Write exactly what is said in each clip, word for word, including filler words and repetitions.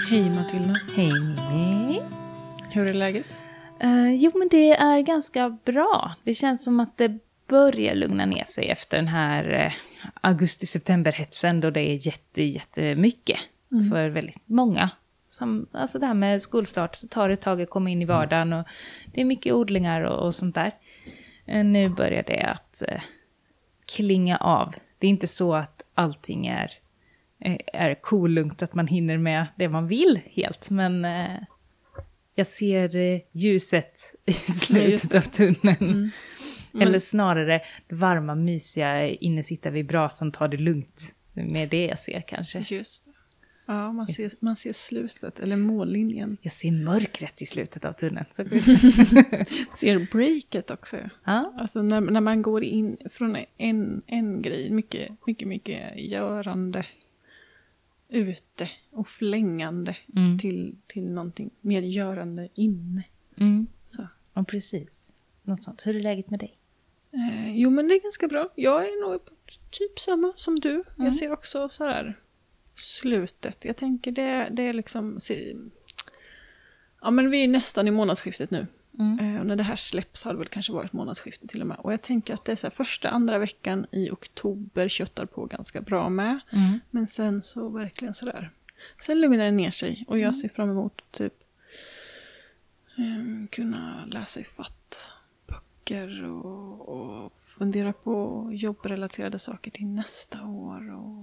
Hej Matilda. Hej. Hur är läget? Uh, jo men det är ganska bra. Det känns som att det börjar lugna ner sig efter den här uh, augusti-september-hetsen då det är jätte, jättemycket mm. för väldigt många. Som, alltså det här med skolstart så tar det ett tag att komma in i vardagen och det är mycket odlingar och, och sånt där. Uh, nu börjar det att uh, klinga av. Det är inte så att allting är, är kolugnt, att man hinner med det man vill helt. Men uh, jag ser uh, ljuset i slutet av tunneln. Mm. Mm. Eller snarare det varma, mysiga, innesitta vid brasan, tar det lugnt. Med det jag ser kanske. Just det. Ja, man ser, man ser slutet, eller mållinjen. Jag ser mörkret i slutet av tunneln. Så ser breaket också. Ja. Alltså när, när man går in från en, en grej, mycket, mycket, mycket görande ute och flängande mm. till, till någonting mer görande inne. Mm. Så. Ja, precis. Något sånt. Hur är läget med dig? Eh, jo, men det är ganska bra. Jag är nog typ samma som du. Mm. Jag ser också så här slutet. Jag tänker det, det är liksom... Ja, men vi är nästan i månadsskiftet nu. Mm. Eh, och när det här släpps har det väl kanske varit månadsskiftet till och med. Och jag tänker att det är så här, första, andra veckan i oktober köttar på ganska bra med. Mm. Men sen så verkligen sådär. Sen lugnar det ner sig. Och jag ser fram emot typ eh, kunna läsa i fatt böcker och, och fundera på jobbrelaterade saker till nästa år. Och,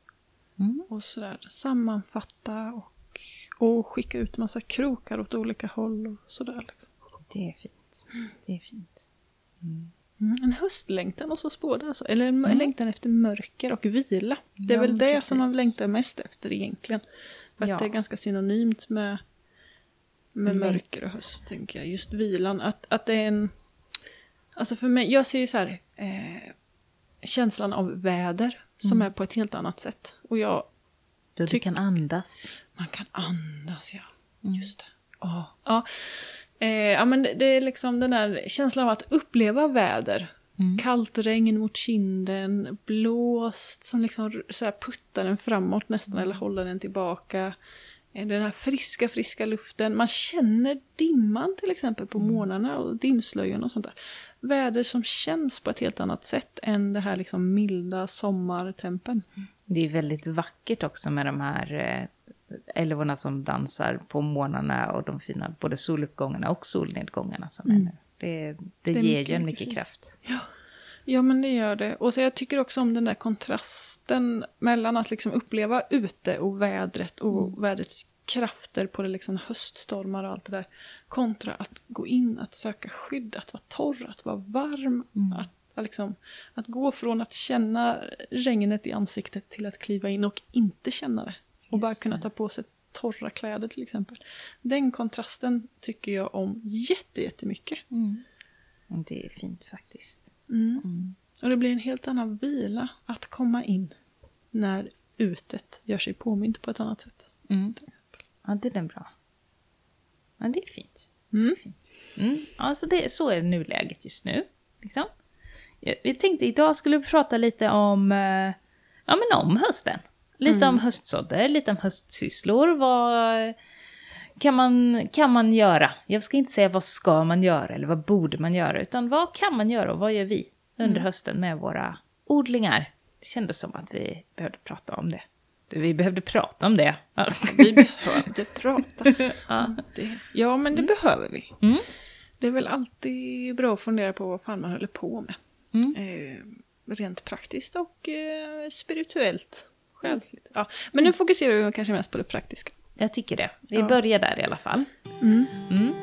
mm. och sådär. Sammanfatta och, och skicka ut massa krokar åt olika håll och sådär liksom. Det är fint. Det är fint. Mm. Mm. En höstlängtan och så spåda alltså. Eller en mm. längtan efter mörker och vila. Det är ja, väl det precis. Som man längtar mest efter egentligen. För ja. Att det är ganska synonymt med, med mm. mörker och höst, tänker jag. Just vilan. Att, att det är en... Alltså för mig, jag ser ju så här... Eh, känslan av väder som mm. är på ett helt annat sätt. Och jag... Då du kan andas. Man kan andas, ja. Mm. Just det. Oh. Ja. Eh, ja, men det, det är liksom den där känslan av att uppleva väder. Mm. Kallt regn mot kinden, blåst som liksom så här puttar den framåt nästan mm. eller håller den tillbaka. Eh, den här friska, friska luften. Man känner dimman till exempel på mm. morgnarna och dimslöjen och sånt där. Väder som känns på ett helt annat sätt än det här liksom milda sommartempen. Det är väldigt vackert också med de här eh, älvorna som dansar på morgnarna och de fina både soluppgångarna och solnedgångarna som mm. är nu. Det, det, det ger mycket, ju en mycket kraft. Ja. ja, men det gör det. Och så jag tycker också om den där kontrasten mellan att liksom uppleva ute och vädret och mm. vädrets krafter på det liksom höststormar och allt det där. Kontra att gå in, att söka skydd, att vara torr, att vara varm. Mm. Att, att, liksom, att gå från att känna regnet i ansiktet till att kliva in och inte känna det. Och bara kunna ta på sig torra kläder till exempel. Den kontrasten tycker jag om jätte, jättemycket. Mm. Det är fint faktiskt. Mm. Mm. Och det blir en helt annan vila att komma in när utet gör sig påmind på ett annat sätt. Mm. Ja, det är den bra. Ja, det är fint. Mm. Det är fint. Mm. Alltså det, så är nuläget just nu. Liksom. Jag, jag tänkte idag skulle vi prata lite om, ja, men om hösten. Lite mm. om höstsådder, lite om höstsysslor. Vad kan man, kan man göra? Jag ska inte säga vad ska man göra eller vad borde man göra. Utan vad kan man göra och vad gör vi under mm. hösten med våra odlingar? Det kändes som att vi behövde prata om det. Vi behövde prata om det. Vi behövde prata. Ja, det, ja men det mm. behöver vi. Mm. Det är väl alltid bra att fundera på vad fan man håller på med. Mm. Eh, rent praktiskt och eh, spirituellt. Själsligt. Ja, men nu fokuserar vi kanske mest på det praktiska. Jag tycker det. Vi ja. börjar där i alla fall. Mm. Mm.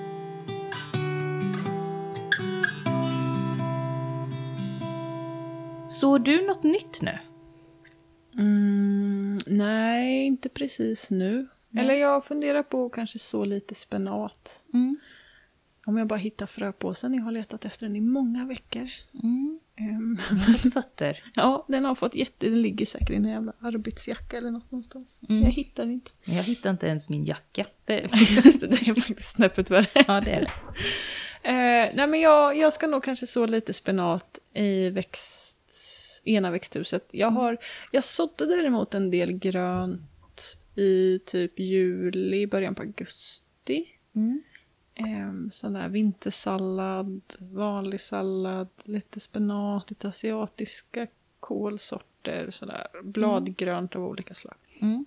Så du något nytt nu? Mm, nej, inte precis nu. Nej. Eller jag funderar på kanske så lite spenat. Mm. Om jag bara hittar fröpåsen. Jag har letat efter den i många veckor. Mm. Um. Den har fått fötter. Ja, den har fått jätte... Den ligger säkert i en jävla arbetsjacka eller något någonstans. Mm. Jag hittar den inte. Jag hittar inte ens min jacka. Det, Just det, det är faktiskt snäppet värre. Ja, det är det. Uh, nej, men jag, jag ska nog kanske så lite spenat i växt... ena växthuset. Jag har... Jag sådde däremot en del grönt i typ juli, början på augusti. Mm. Um, sån där vintersallad, vanlig sallad, lite spenat, lite asiatiska kålsorter, sådär bladgrönt av olika slag. Mm.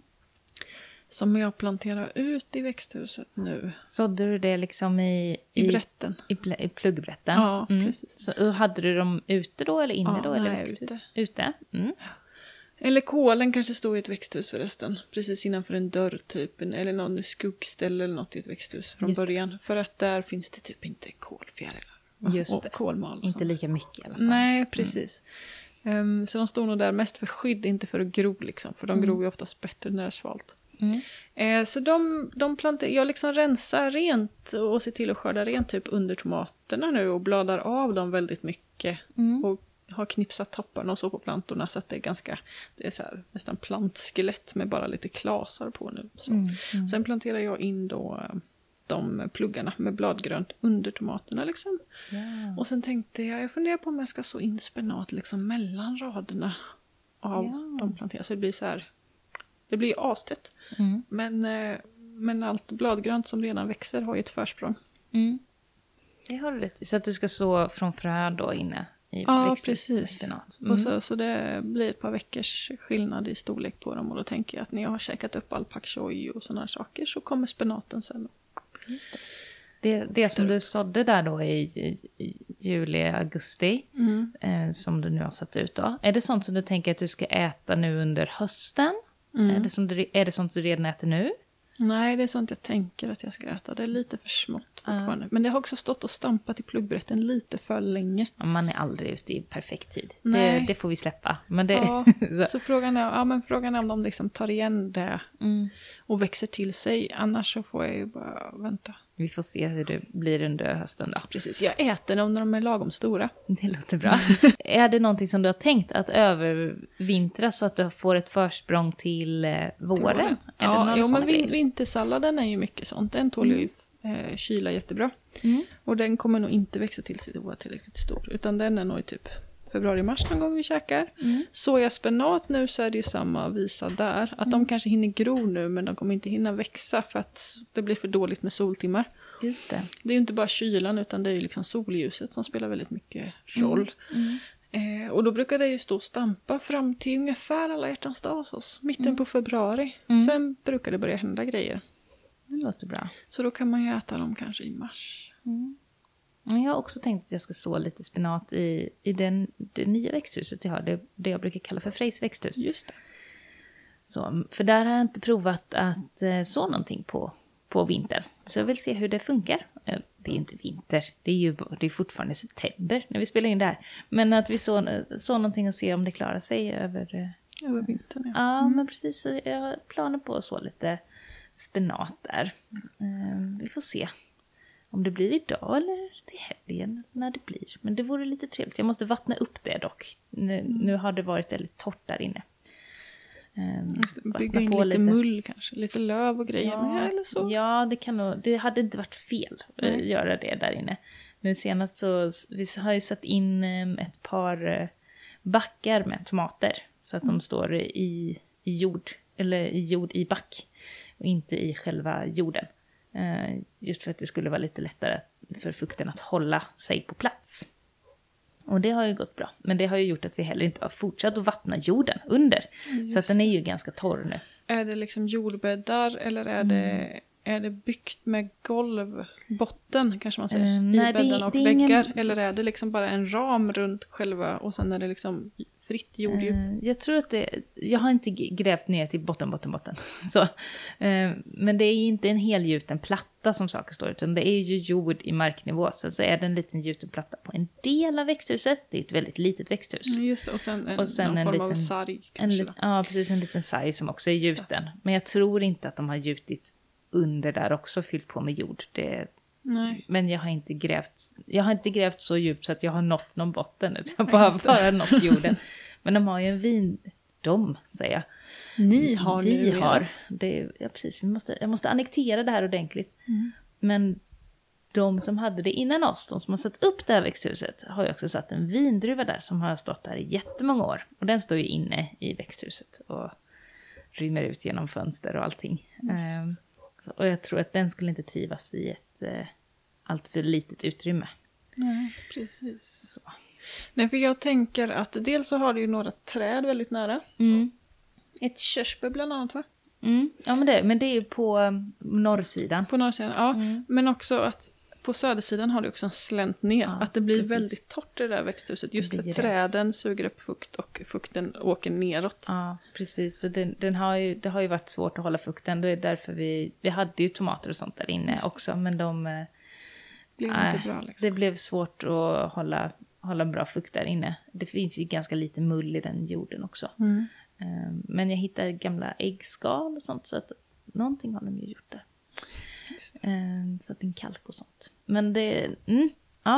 Som jag planterar ut i växthuset nu. Sådde du det liksom i... I brätten. I, pl- i pluggbrätten? Ja, mm. precis. Så hade du dem ute då eller inne ja, då? Eller nej, växthus? ute. Ute? Mm. Eller kålen kanske stod i ett växthus förresten. Precis innanför en dörr typ. Eller någon skuggställe eller något i ett växthus från Just början. Det. För att där finns det typ inte kolfjärilar. Just det. Och kolmal. Och inte sånt. lika mycket i alla fall. Nej, precis. Mm. Um, så de stod nog där mest för skydd, inte för att gro liksom. För de mm. gror ju oftast bättre när det är svalt. Mm. Eh, så de, de planter, jag liksom rensar rent och ser till att skörda rent typ under tomaterna nu. Och bladar av dem väldigt mycket. Mm. Och har knipsat topparna och så på plantorna så att det är ganska, det är så här, nästan plantskelett med bara lite klasar på nu. Så. Mm, mm. Sen planterar jag in då de pluggarna med bladgrönt under tomaterna liksom. Ja. Och sen tänkte jag, jag funderar på om jag ska så in spenat liksom mellan raderna av Ja. de planterna. Så det blir så här, det blir ju astätt. Mm. Men, men allt bladgrönt som redan växer har ju ett försprång. Mm. Det har du rätt i. Så att du ska så från frö då inne i Ja, växthuset. precis. Mm. Och så, så det blir ett par veckors skillnad i storlek på dem. Och då tänker jag att när jag har käkat upp all pak choi och sådana saker så kommer spenaten sen. Just det. Det, det som du sådde där då i, i, i juli, augusti, Mm. eh, som du nu har satt ut då. Är det sånt som du tänker att du ska äta nu under hösten? Mm. Är, det som du, är det sånt du redan äter nu? Nej, det är sånt jag tänker att jag ska äta. Det är lite för smått fortfarande. Uh. Men det har också stått och stampat i pluggbrätten lite för länge. Man är aldrig ute i perfekt tid. Nej. Det, det får vi släppa. Men det... ja, så frågan är, ja, men frågan är om de liksom tar igen det mm. och växer till sig. Annars så får jag ju bara vänta. Vi får se hur det blir under hösten då. Precis, jag äter dem när de är lagom stora. Det låter bra. Är det någonting som du har tänkt att övervintra så att du får ett försprång till eh, våren? Är ja, det jo, men vin- vintersalladen är ju mycket sånt. Den tål ju mm. eh, kyla jättebra. Mm. Och den kommer nog inte växa till sig och vara tillräckligt stor. Utan den är nog i typ februari-mars någon gång vi käkar. Mm. Sojaspenat nu så är det ju samma visa där. Att mm. de kanske hinner gro nu men de kommer inte hinna växa för att det blir för dåligt med soltimmar. Just det. Det är ju inte bara kylan utan det är ju liksom solljuset som spelar väldigt mycket roll. Mm. Mm. Eh, och då brukar det ju stå och stampa fram till ungefär alla hjärtans dag hos oss. Mitten Mm. på februari. Mm. Sen brukar det börja hända grejer. Det låter bra. Så då kan man ju äta dem kanske i mars. Mm. Jag har också tänkt att jag ska så lite spenat i, i den, det nya växthuset jag har. Det, det jag brukar kalla för Frejs växthus. Just det. Så, för där har jag inte provat att eh, så någonting på, på vintern. Så jag vill se hur det funkar. Det är ju inte vinter. Det är ju det är fortfarande september när vi spelar in det här. Men att vi så, så någonting och se om det klarar sig över, över vintern. Ja, ja mm. men precis. Så jag har planer på så lite spenat där. Eh, vi får se. Om det blir idag eller till helgen när det blir. Men det vore lite trevligt. Jag måste vattna upp det dock. Nu, mm. nu har det varit väldigt torrt där inne. Um, bygga in lite, lite mull kanske. Lite löv och grejer ja, med eller så. Ja, det kan nog. Det hade inte varit fel att mm. göra det där inne. Nu senast så vi har ju satt in um, ett par uh, backar med tomater. Så att mm. de står i, i jord. Eller i jord i back. Och inte i själva jorden. Uh, just för att det skulle vara lite lättare för fukten att hålla sig på plats. Och det har ju gått bra. Men det har ju gjort att vi heller inte har fortsatt att vattna jorden under. Just så att den är ju ganska torr nu. Är det liksom jordbäddar eller är, mm. det, är det byggt med golvbotten kanske man säger? Uh, I nej, bäddarna det, och det väggar? Ingen... Eller är det liksom bara en ram runt själva och sen är det liksom fritt jorddjup? Uh, jag tror att det... Jag har inte grävt ner till botten, botten, botten. Så, uh, men det är inte en helgjuten platta som saker står, utan det är ju jord i marknivå. Sen så är det en liten gjuten platta på en del av växthuset. Det är ett väldigt litet växthus. Mm, just det, och sen en, och sen någon en form liten, av sarg kanske. En, ja, precis, en liten sarg som också är gjuten. Men jag tror inte att de har gjutit under där också, fyllt på med jord. Det Nej. Men jag har inte grävt jag har inte grävt så djupt så att jag har nått någon botten. Jag har bara, bara nått jorden. Men de har ju en vin... De, säger jag. Ni har Vi nu. har. Det, ja, precis. Vi måste, jag måste annektera det här ordentligt. Mm. Men de som hade det innan oss, de som har satt upp det här växthuset, har ju också satt en vindruva där som har stått där i jättemånga år. Och den står ju inne i växthuset. Och rymmer ut genom fönster och allting. Um, och jag tror att den skulle inte trivas i ett uh, allt för litet utrymme. Nej, precis. Så. Nej, för jag tänker att dels så har du ju några träd väldigt nära. Mm. Ett körsbär bland annat, va? Mm. Ja, men det, men det är ju på um, norrsidan. På norrsidan, ja. Mm. Men också att på södersidan har du också en slänt ner. Ja, att det blir precis. väldigt torrt i det där växthuset. Just Det för blir träden det. Suger upp fukt och fukten åker neråt. Ja, precis. Så den, den har ju, det har ju varit svårt att hålla fukten. Det är därför vi, vi hade ju tomater och sånt där inne också. Men de... Det blev äh, inte bra liksom. Det blev svårt att hålla, hålla bra fukt där inne. Det finns ju ganska lite mull i den jorden också. Mm. Um, men jag hittade gamla äggskal och sånt. Så att någonting har de ju gjort där. Um, så att en kalk och sånt. Men det... Mm, ja.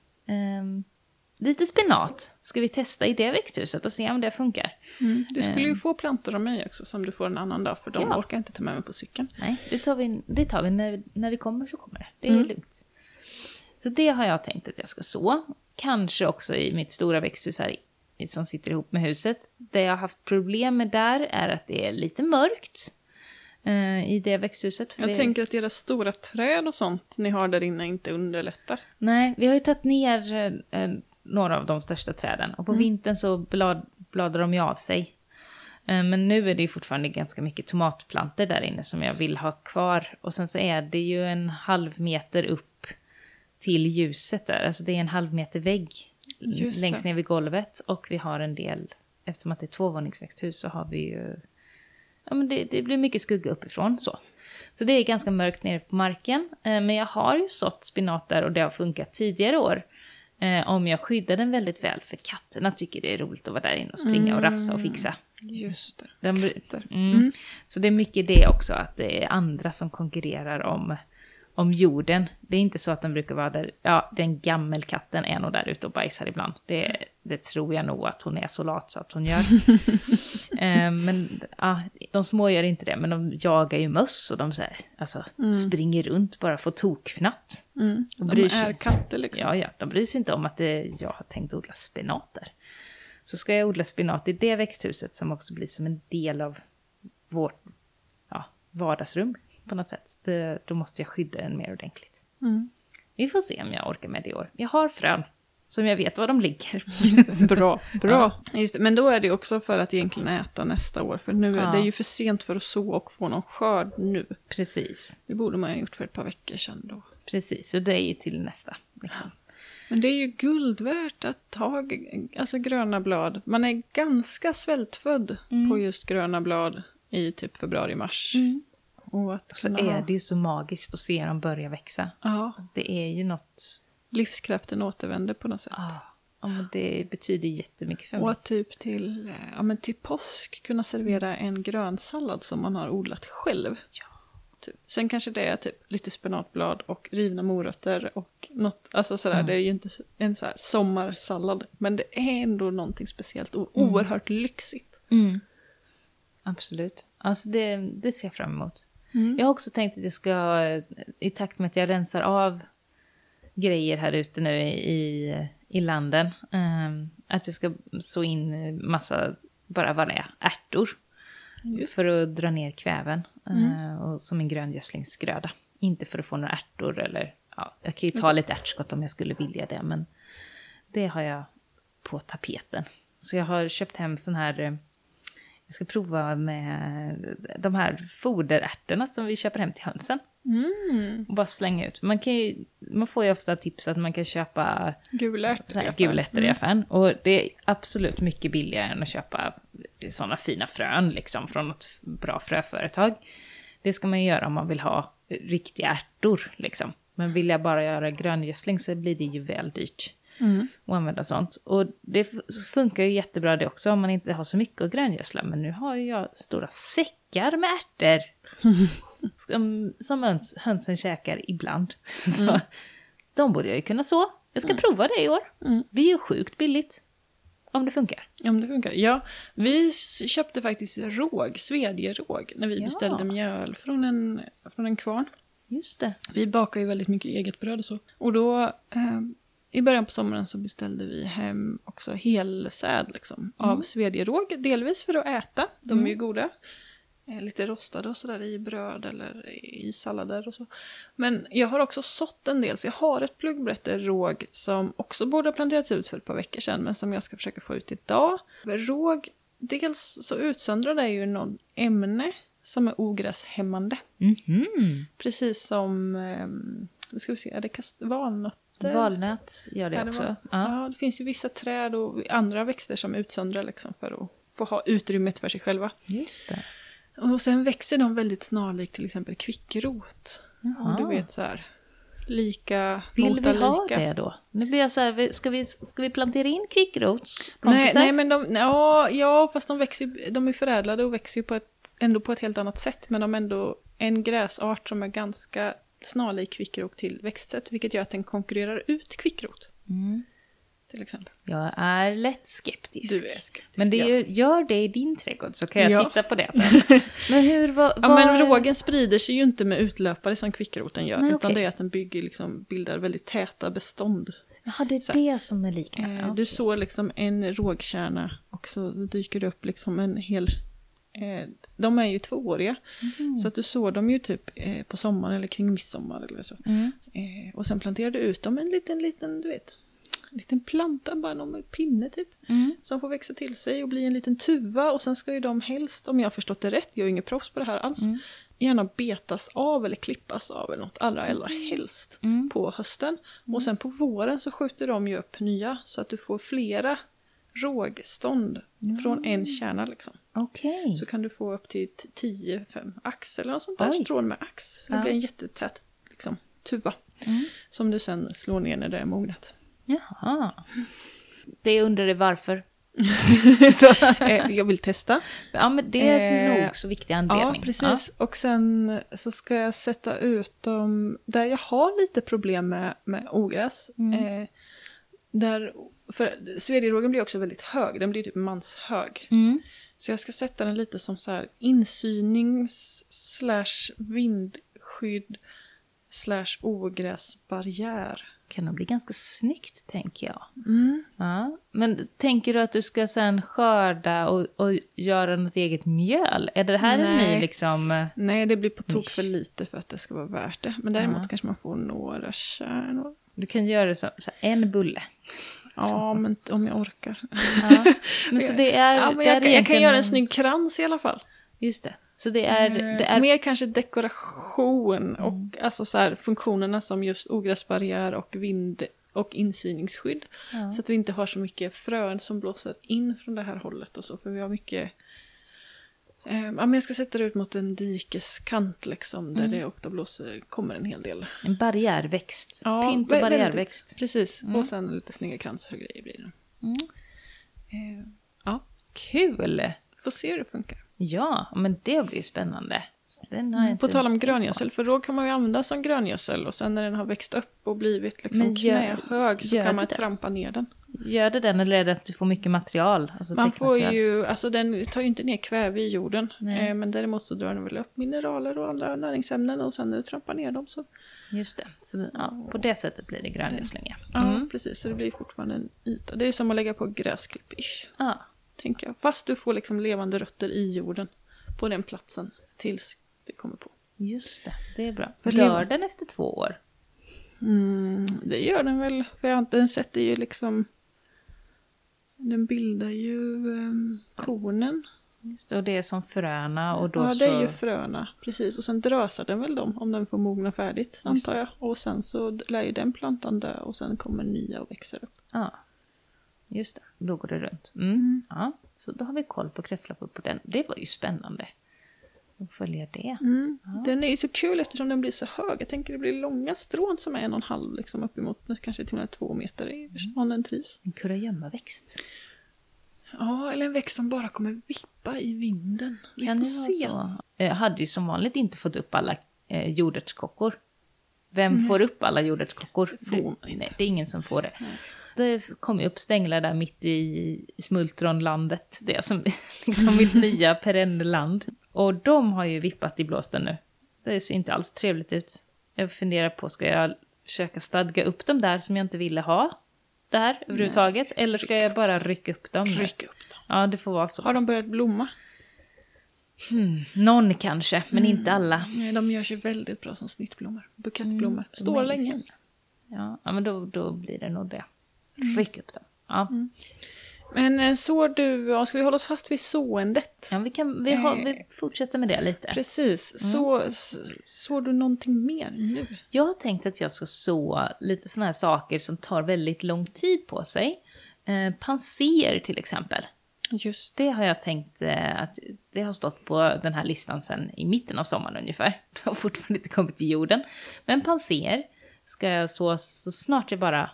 Um, lite spenat ska vi testa i det växthuset och se om det funkar. Mm. Du skulle ju Um, få plantor av mig också som du får en annan dag. För de Ja. orkar inte ta med mig på cykeln. Nej, det tar vi, det tar vi när, när det kommer så kommer det. Det är Mm. lugnt. Så det har jag tänkt att jag ska så. Kanske också i mitt stora växthus här i, som sitter ihop med huset. Det jag har haft problem med där är att det är lite mörkt eh, i det växthuset. För Jag vi, tänker att era stora träd och sånt ni har där inne inte underlättar. Nej, vi har ju tagit ner eh, några av de största träden. Och på Mm. vintern så blad, bladar de ju av sig. Eh, men nu är det ju fortfarande ganska mycket tomatplanter där inne som jag vill ha kvar. Och sen så är det ju en halv meter upp till ljuset där. Alltså det är en halv meter vägg Just längst det. ner vid golvet. Och vi har en del, eftersom att det är tvåvåningsväxthus så har vi ju... Ja, men det, det blir mycket skugga uppifrån så. Så det är ganska mörkt nere på marken. Eh, men jag har ju sått spinat där och det har funkat tidigare år. Eh, om jag skyddar den väldigt väl, för katterna tycker det är roligt att vara där inne och springa och rafsa och fixa. Just det. De, Katter. mm. Mm. Så det är mycket det också, att det är andra som konkurrerar om, om jorden. Det är inte så att de brukar vara där, ja, den gammelkatten är nog där ute och bajsar ibland. Det, det tror jag nog att hon är så lat så att hon gör. eh, men ja, de små gör inte det, men de jagar ju möss och de så här, alltså, Mm. springer runt bara för tokfnatt. Mm. Och De bryr är sig. katter liksom. Ja, ja, de bryr sig inte om att det, jag har tänkt odla spenat där. Så ska jag odla spenat i det växthuset som också blir som en del av vårt ja, vardagsrum på något sätt. Det, då måste jag skydda den mer ordentligt. Mm. Vi får se om jag orkar med det i år. Jag har frön som jag vet var de ligger. Just det. Bra, bra. Just det. Men då är det också för att egentligen äta nästa år. För nu är Ja. det är ju för sent för att så och få någon skörd nu. Precis, Det borde man ha gjort för ett par veckor sedan då. precis. Och det är ju till nästa. Liksom. Men det är ju guld värt att ha g- alltså gröna blad. Man är ganska svältfödd Mm. på just gröna blad i typ februari-mars. Mm. Och att Så kunna ha- är det ju så magiskt att se dem börja växa. Ja, Det är ju något... livskraften återvänder på något sätt. Ah, ja, men det betyder jättemycket för mig. Och att typ till, eh, ja, men till påsk kunna servera en grönsallad som man har odlat själv. Ja. Typ. Sen kanske det är typ lite spenatblad och rivna morötter och något, alltså sådär, Mm. det är ju inte en så här sommarsallad, men det är ändå någonting speciellt och Mm. oerhört lyxigt. Mm. Absolut. Alltså det, det ser jag fram emot. Jag har också tänkt att jag ska, i takt med att jag rensar av grejer här ute nu i, i landen, um, att jag ska så in massa, bara vad det är, ärtor. Just. För att dra ner kväven. Mm. Uh, och som en gröngödslingsgröda. Inte för att få några ärtor eller, ja, jag kan ju ta lite ärtskott om jag skulle vilja det, men det har jag på tapeten. Så jag har köpt hem sån här, eh, jag ska prova med de här foderärtorna som vi köper hem till hönsen. Mm. Och bara slänga ut. Man, kan ju, man får ju ofta tips att man kan köpa Gula ärtor så i här, alla fall. gula ärtor i affären. Och det är absolut mycket billigare än att köpa sådana fina frön liksom, från något bra fröföretag. Det ska man ju göra om man vill ha riktiga ärtor. Liksom. Men vill jag bara göra gröngödsling så blir det ju väl dyrt. Mm. Och använda sånt. Och det funkar ju jättebra det också om man inte har så mycket att gröngödsla. Men nu har jag stora säckar med ärtor. som som höns, hönsen käkar ibland. Så Mm. de borde jag ju kunna så. Jag ska prova det i år. Mm. Det är ju sjukt billigt. Om det funkar. Om det funkar. Ja, vi s- köpte faktiskt råg, svedjeråg, när vi Ja. beställde mjöl från en, från en kvarn. Just det. Vi bakar ju väldigt mycket eget bröd och så. Och då, eh, i början på sommaren så beställde vi hem också helsäd liksom, av svedjeråg. Delvis för att äta, de är ju goda. eh, lite rostade och sådär i bröd eller i sallader och så. Men jag har också sått en del, så jag har ett pluggbrätte råg som också borde ha planterats ut för ett par veckor sedan, men som jag ska försöka få ut idag. Råg, dels så utsöndrar det ju någon ämne som är ogräshämmande. Mm-hmm. Precis som, eh, vad ska vi se, är det kast- valnötter? Valnöt gör det Ja, det också. var- Ja. Ja, det finns ju vissa träd och andra växter som utsöndrar liksom för att få ha utrymmet för sig själva. Just det. Och sen växer de väldigt snarlikt till exempel kvickrot. Jaha. Och du vet så här, lika Vill mota vi ha lika. det då? Nu blir jag så här, ska vi, ska vi plantera in Nej, kvickrotskompisar? nej, men de, ja, ja, fast de växer ju, de är förädlade och växer ju på ett, ändå på ett helt annat sätt. Men de är ändå en gräsart som är ganska snarlik kvickrot till växtsätt, vilket gör att den konkurrerar ut kvickrot. Mm. Till exempel. Jag är lätt skeptisk. Du är skeptisk, Men det är ja. ju, gör det i din trädgård så kan jag Ja. titta på det sen. Men hur, vad, Ja, vad men är- rågen sprider sig ju inte med utlöpare som kvickroten gör. Nej, utan okej. det är att den bygger, liksom, bildar väldigt täta bestånd. Jaha, det är så det som är liknande. Eh, Ja, Du okej. sår liksom en rågkärna och så dyker det upp liksom en hel... Eh, de är ju tvååriga. Mhm. Så att du sår dem ju typ eh, på sommaren eller kring midsommar eller så. Mm. Eh, och sen planterar du ut dem en liten, liten, du vet... En liten planta, bara någon pinne typ. Mm. Som får växa till sig och bli en liten tuva. Och sen ska ju de helst, om jag har förstått det rätt, jag är ingen proffs på det här alls. Mm. Gärna betas av eller klippas av eller något allra, allra helst Mm. på hösten. Och sen på våren så skjuter de ju upp nya så att du får flera rågstånd från en kärna liksom. Okej. Så kan du få upp till tio fem ax eller något sånt där Oj. strån med ax. Så det Ja. blir en jättetät liksom, tuva Mm. som du sen slår ner när det är mognat. Jaha. Det undrar jag varför. så, Eh, jag vill testa. ja, men det är Eh, nog så viktig anledning. Ja, precis. Och sen så ska jag sätta ut dem där jag har lite problem med, med ogräs. Mm. Eh, där, för svedjerågen blir också väldigt hög. Den blir typ manshög. Ja. Mm. Så jag ska sätta den lite som så här insynings slash vindskydd slash ogräsbarriär. Kan nog bli ganska snyggt, tänker jag. Mm. Ja. Men tänker du att du ska sen skörda och, och göra något eget mjöl? Är det här en Nej. ny liksom... eh, Nej, det blir på tok Nisch. för lite för att det ska vara värt det. Men däremot Ja. kanske man får några kärnor. Du kan göra det så, så en bulle. Ja, men om jag orkar. Ja. Men så det är... Ja, men det jag, är kan, jag kan egentligen- göra en snygg krans i alla fall. Just det. Så det är... Det är Mer kanske dekoration och alltså så här, funktionerna som just ogräsbarriär och vind och insyningsskydd. Ja. Så att vi inte har så mycket frön som blåser in från det här hållet och så. För vi har mycket... Eh, ja, men jag ska sätta det ut mot en dikeskant liksom. Där Mm. det ofta blåser, kommer en hel del. en barriärväxt. Ja, Pynt och vä- barriärväxt. väldigt, precis. Mm. Och sen lite snygga kransar och grejer blir det. Mm. Eh, ja, Kul! får se hur det funkar. Ja, men det blir ju spännande. Så den har jag inte På tal om ens tänkt på. gröngödsel, för då kan man ju använda som gröngödsel och sen när den har växt upp och blivit liksom Men gör- knähög så gör kan man det det? trampa ner den. Gör det den eller är det att du får mycket material? Alltså Man får täckmaterial? ju, alltså den tar ju inte ner kväve i jorden, Nej. eh, men däremot så drar den väl upp mineraler och andra näringsämnen och sen när du trampar ner dem så, Just det. Så, ja, på det sättet blir det gröngödsling. Ja. ja Mm. precis, så det blir fortfarande en yta. Det är som att lägga på gräsklipp-ish, Ja. tänker jag. Fast du får liksom levande rötter i jorden på den platsen tills det kommer på. Just det, det är bra. För Dör lev- den efter två år? Mm, det gör den väl, för jag, den sätter ju liksom, den bildar ju um, kornen. Just det, och det är som fröna och då Ja, så... det är ju fröna, precis. Och sen drösar den väl dem om den får mogna färdigt, antar jag. Och sen så lär ju den plantan dö och sen kommer nya och växer upp. Ja, just det. Då går det runt. Mm. Ja, så då har vi koll på kretsloppet på den. Det var ju spännande. Då följer jag det. Mm. Den är ju så kul eftersom den blir så hög. Jag tänker det blir långa strån som är en och en halv, liksom uppemot kanske till och med två meter i, om den trivs. En kurragömmaväxt. Ja, eller en växt som bara kommer vippa i vinden. Vi Kan får det vara se. så? Jag hade ju som vanligt inte fått upp alla eh, jordärtskockor. Vem får upp alla jordärtskockor? Får man inte. Nej, det är ingen som får det. Det kom ju upp stänglar där mitt i smultronlandet. Det är som liksom mitt nya perennland. Och de har ju vippat i blåsten nu. Det ser inte alls trevligt ut. Jag funderar på, ska jag försöka stadga upp dem där som jag inte ville ha där överhuvudtaget? Eller ska jag bara rycka upp dem? Ryck upp dem. Ja, det får vara så. Har de börjat blomma? Hmm, någon kanske, men mm. inte alla. Nej, de gör sig väldigt bra som snittblommor. Bukettblommor. Mm, står länge. Ja, men då, då blir det nog det. Ryck upp dem. Ja. Mm. Men så du, ja, ska vi hålla oss fast vid såendet? Ja, vi, kan, vi, har, vi fortsätter med det lite. Precis. Mm. Så, så du någonting mer nu? Jag har tänkt att jag ska så lite såna här saker som tar väldigt lång tid på sig. Eh, panser till exempel. Just det har jag tänkt eh, att det har stått på den här listan sedan i mitten av sommaren ungefär. Det har fortfarande inte kommit till jorden. Men panser ska jag så, så snart jag bara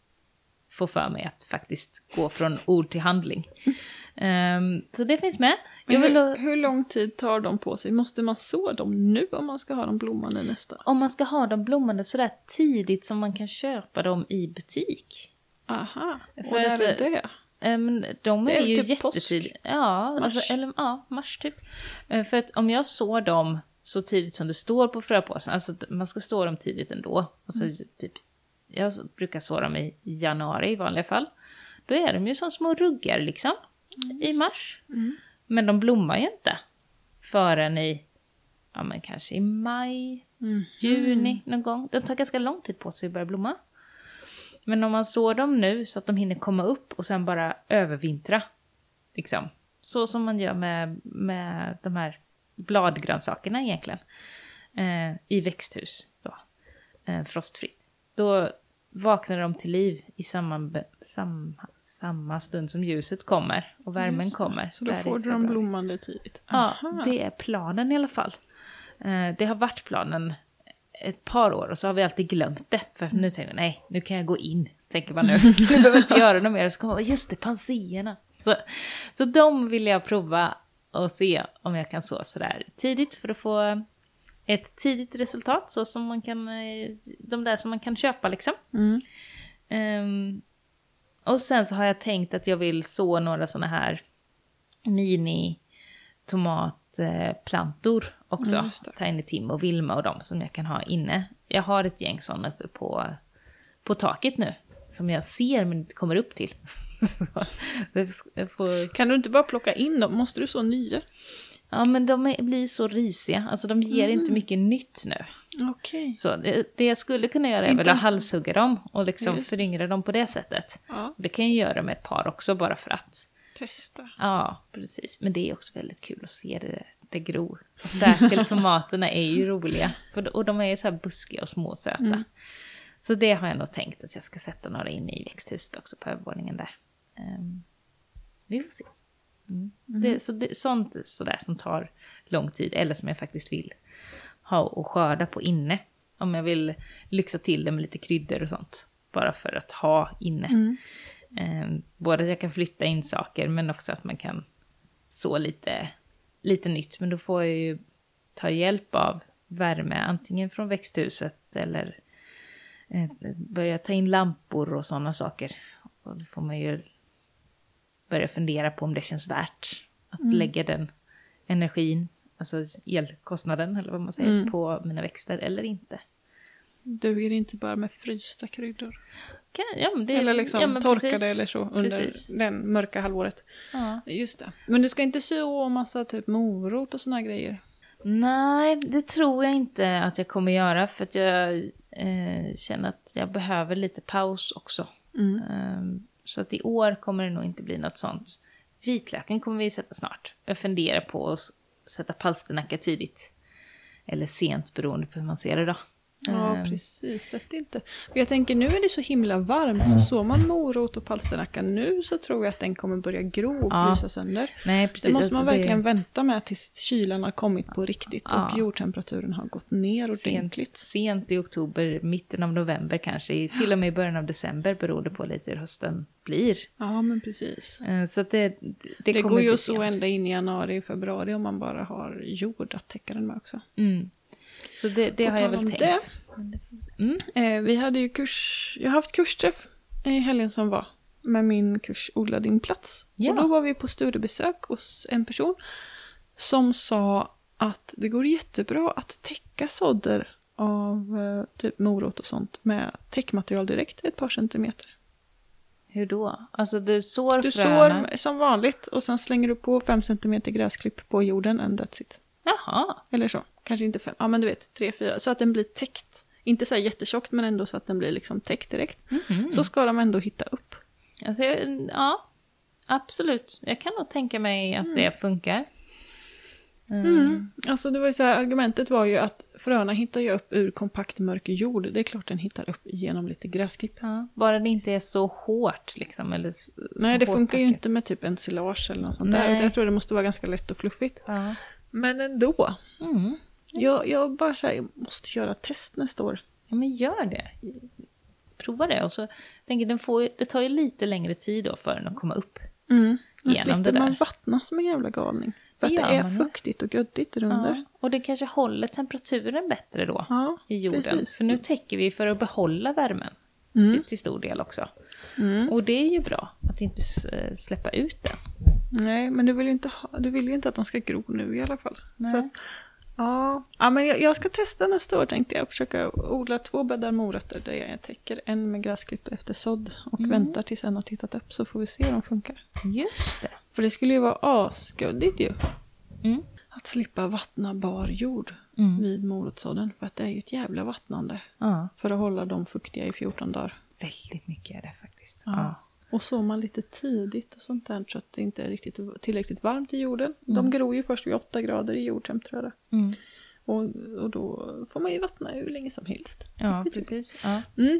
får för mig att faktiskt gå från ord till handling. Um, så det finns med. Jag vill hur, hur lång tid tar de på sig? Måste man så dem nu om man ska ha dem blommande nästa? Om man ska ha dem blommande sådär tidigt som man kan köpa dem i butik. Aha, och för när att, är det? Um, de är, är ju jättetidigt. Ja, mars. Alltså, eller, ja, mars typ. Uh, för att om jag sår dem så tidigt som det står på fröpåsen, alltså man ska så dem tidigt ändå. Alltså, mm. typ, jag brukar så dem i januari i vanliga fall. Då är de ju som små ruggar liksom mm. i mars. Mm. Men de blommar ju inte förrän i, ja men kanske i maj, mm. juni någon gång. De tar ganska lång tid på sig att börja blomma. Men om man sår dem nu så att de hinner komma upp och sen bara övervintra. Liksom. Så som man gör med, med de här bladgrönsakerna egentligen. Eh, I växthus. Då. Eh, frostfritt. Då vaknar de till liv i samma, samma, samma stund som ljuset kommer. Och värmen kommer. Så då får du dem blommande tidigt. Aha. Ja, det är planen i alla fall. Eh, det har varit planen ett par år och så har vi alltid glömt det. För nu tänker jag, nej, nu kan jag gå in. Tänker man nu. Nu behöver jag inte göra något mer. Och så kommer man, just det, panserna. Så, så de vill jag prova och se om jag kan så sådär tidigt. För att få ett tidigt resultat. Så som man kan, de där som man kan köpa liksom. Mm. Um, och sen så har jag tänkt att jag vill så några sådana här mini tomatplantor också. Mm, Tiny Tim och Vilma och de som jag kan ha inne. Jag har ett gäng sådana uppe på, på taket nu. Som jag ser men inte kommer upp till. får... Kan du inte bara plocka in dem? Måste du så nya? Ja, men de är, blir så risiga. Alltså de ger mm. inte mycket nytt nu. Okej. Så det, det jag skulle kunna göra är väl att halshugga dem. Och liksom föryngra dem på det sättet. Ja. Det kan jag göra med ett par också bara för att. Testa. Ja, precis. Men det är också väldigt kul att se det, det gror. Och särskilt tomaterna är ju roliga. För, och de är så här buskiga och småsöta. Mm. Så det har jag nog tänkt att jag ska sätta några in i växthuset också på övervåningen där. Um, vi får se. Mm. Mm. Det, så det, sånt sådär som tar lång tid. Eller som jag faktiskt vill ha och skörda på inne. Om jag vill lyxa till det med lite kryddor och sånt. Bara för att ha inne. Mm. Um, både att jag kan flytta in saker men också att man kan så lite, lite nytt. Men då får jag ju ta hjälp av värme antingen från växthuset eller eh, börja ta in lampor och sådana saker. Och då får man ju börja fundera på om det känns värt att mm. lägga den energin, alltså elkostnaden eller vad man säger, mm. på mina växter eller inte. Duger inte bara med frysta kryddor? Kan, ja, men det, eller liksom ja, men torkade precis. Eller så under precis. Den mörka halvåret. Ja. Just det. Men du ska inte så massa typ morot och såna grejer? Nej, det tror jag inte att jag kommer göra. För att jag eh, känner att jag behöver lite paus också. Mm. Um, så att i år kommer det nog inte bli något sånt. Vitlöken kommer vi sätta snart. Jag funderar på att sätta palsternacka tidigt. Eller sent beroende på hur man ser det då. Ja, precis. Sätt inte. Jag tänker, nu är det så himla varmt. Så så man morot och palsternacka nu så tror jag att den kommer börja gro och frysa ja. sönder. Nej, precis. Det måste man alltså, verkligen det... vänta med tills kylan har kommit på riktigt. Ja. Och jordtemperaturen har gått ner ordentligt. Sent, sent i oktober, mitten av november kanske. Till och med i början av december beror det på lite hur hösten blir. Ja, men precis. Så att det, det, det går ju så ända in i januari, februari om man bara har jord att täcka den med också. Mm. Så det, det har jag väl tänkt. Mm. Eh, vi hade ju kurs, jag har haft kursträff i helgen som var med min kurs Odla din plats. Ja. Och då var vi på studiebesök hos en person som sa att det går jättebra att täcka sådder av eh, typ morot och sånt med täckmaterial direkt ett par centimeter. Hur då? Alltså du sår Du fröna? sår som vanligt och sen slänger du på fem centimeter gräsklipp på jorden and that's it. Jaha. Eller så. Kanske inte fem. Ja men du vet, tre, fyra. Så att den blir täckt. Inte så här jättetjockt men ändå så att den blir liksom täckt direkt. Mm-hmm. Så ska de ändå hitta upp. Alltså, ja, absolut. Jag kan nog tänka mig att mm. det funkar. Mm. Mm. Alltså det var ju så här, argumentet var ju att fröna hittar ju upp ur kompakt mörk jord. Det är klart den hittar upp genom lite gräsklipp. Ja, bara det inte är så hårt liksom. Eller så, Nej, det hårt funkar packet. ju inte med typ ensilage eller något sånt där. Jag tror det måste vara ganska lätt och fluffigt. Ja. Men ändå. Mm. Jag, jag bara så här, jag måste göra test nästa år. Ja, men gör det. Prova det. Och så tänker den får, det tar ju lite längre tid då för den att komma upp. Mm. Men Genom det slipper man där. vattna som en jävla galning. För att Ja, det är men- fuktigt och göddigt där under. Ja, och det kanske håller temperaturen bättre då Ja, i jorden. precis. För nu täcker vi för att behålla värmen Mm. till stor del också. Mm. Och det är ju bra att inte s- släppa ut den. Nej, men du vill ju inte, ha, du vill ju inte att de ska gro nu i alla fall. Nej. Så att, ja. ja, men jag, jag ska testa nästa år tänkte jag. Försöka odla två bäddar morötter där jag täcker en med gräsklipp efter sådd. Och Mm. väntar tills en har tittat upp så får vi se hur de funkar. Just det. För det skulle ju vara asgöddigt ju. Mm. Att slippa vattna bar jord Mm. vid morotssådden. För att det är ju ett jävla vattnande. Ja, För att hålla dem fuktiga i fjorton dagar. väldigt mycket är det faktiskt. Ja. Ja. Och så man lite tidigt och sånt där så att det inte är riktigt, tillräckligt varmt i jorden. De gror ju först vid åtta grader i jordtemp tror jag det. Mm. Och, och då får man ju vattna hur länge som helst. Ja, precis. Ja. Mm.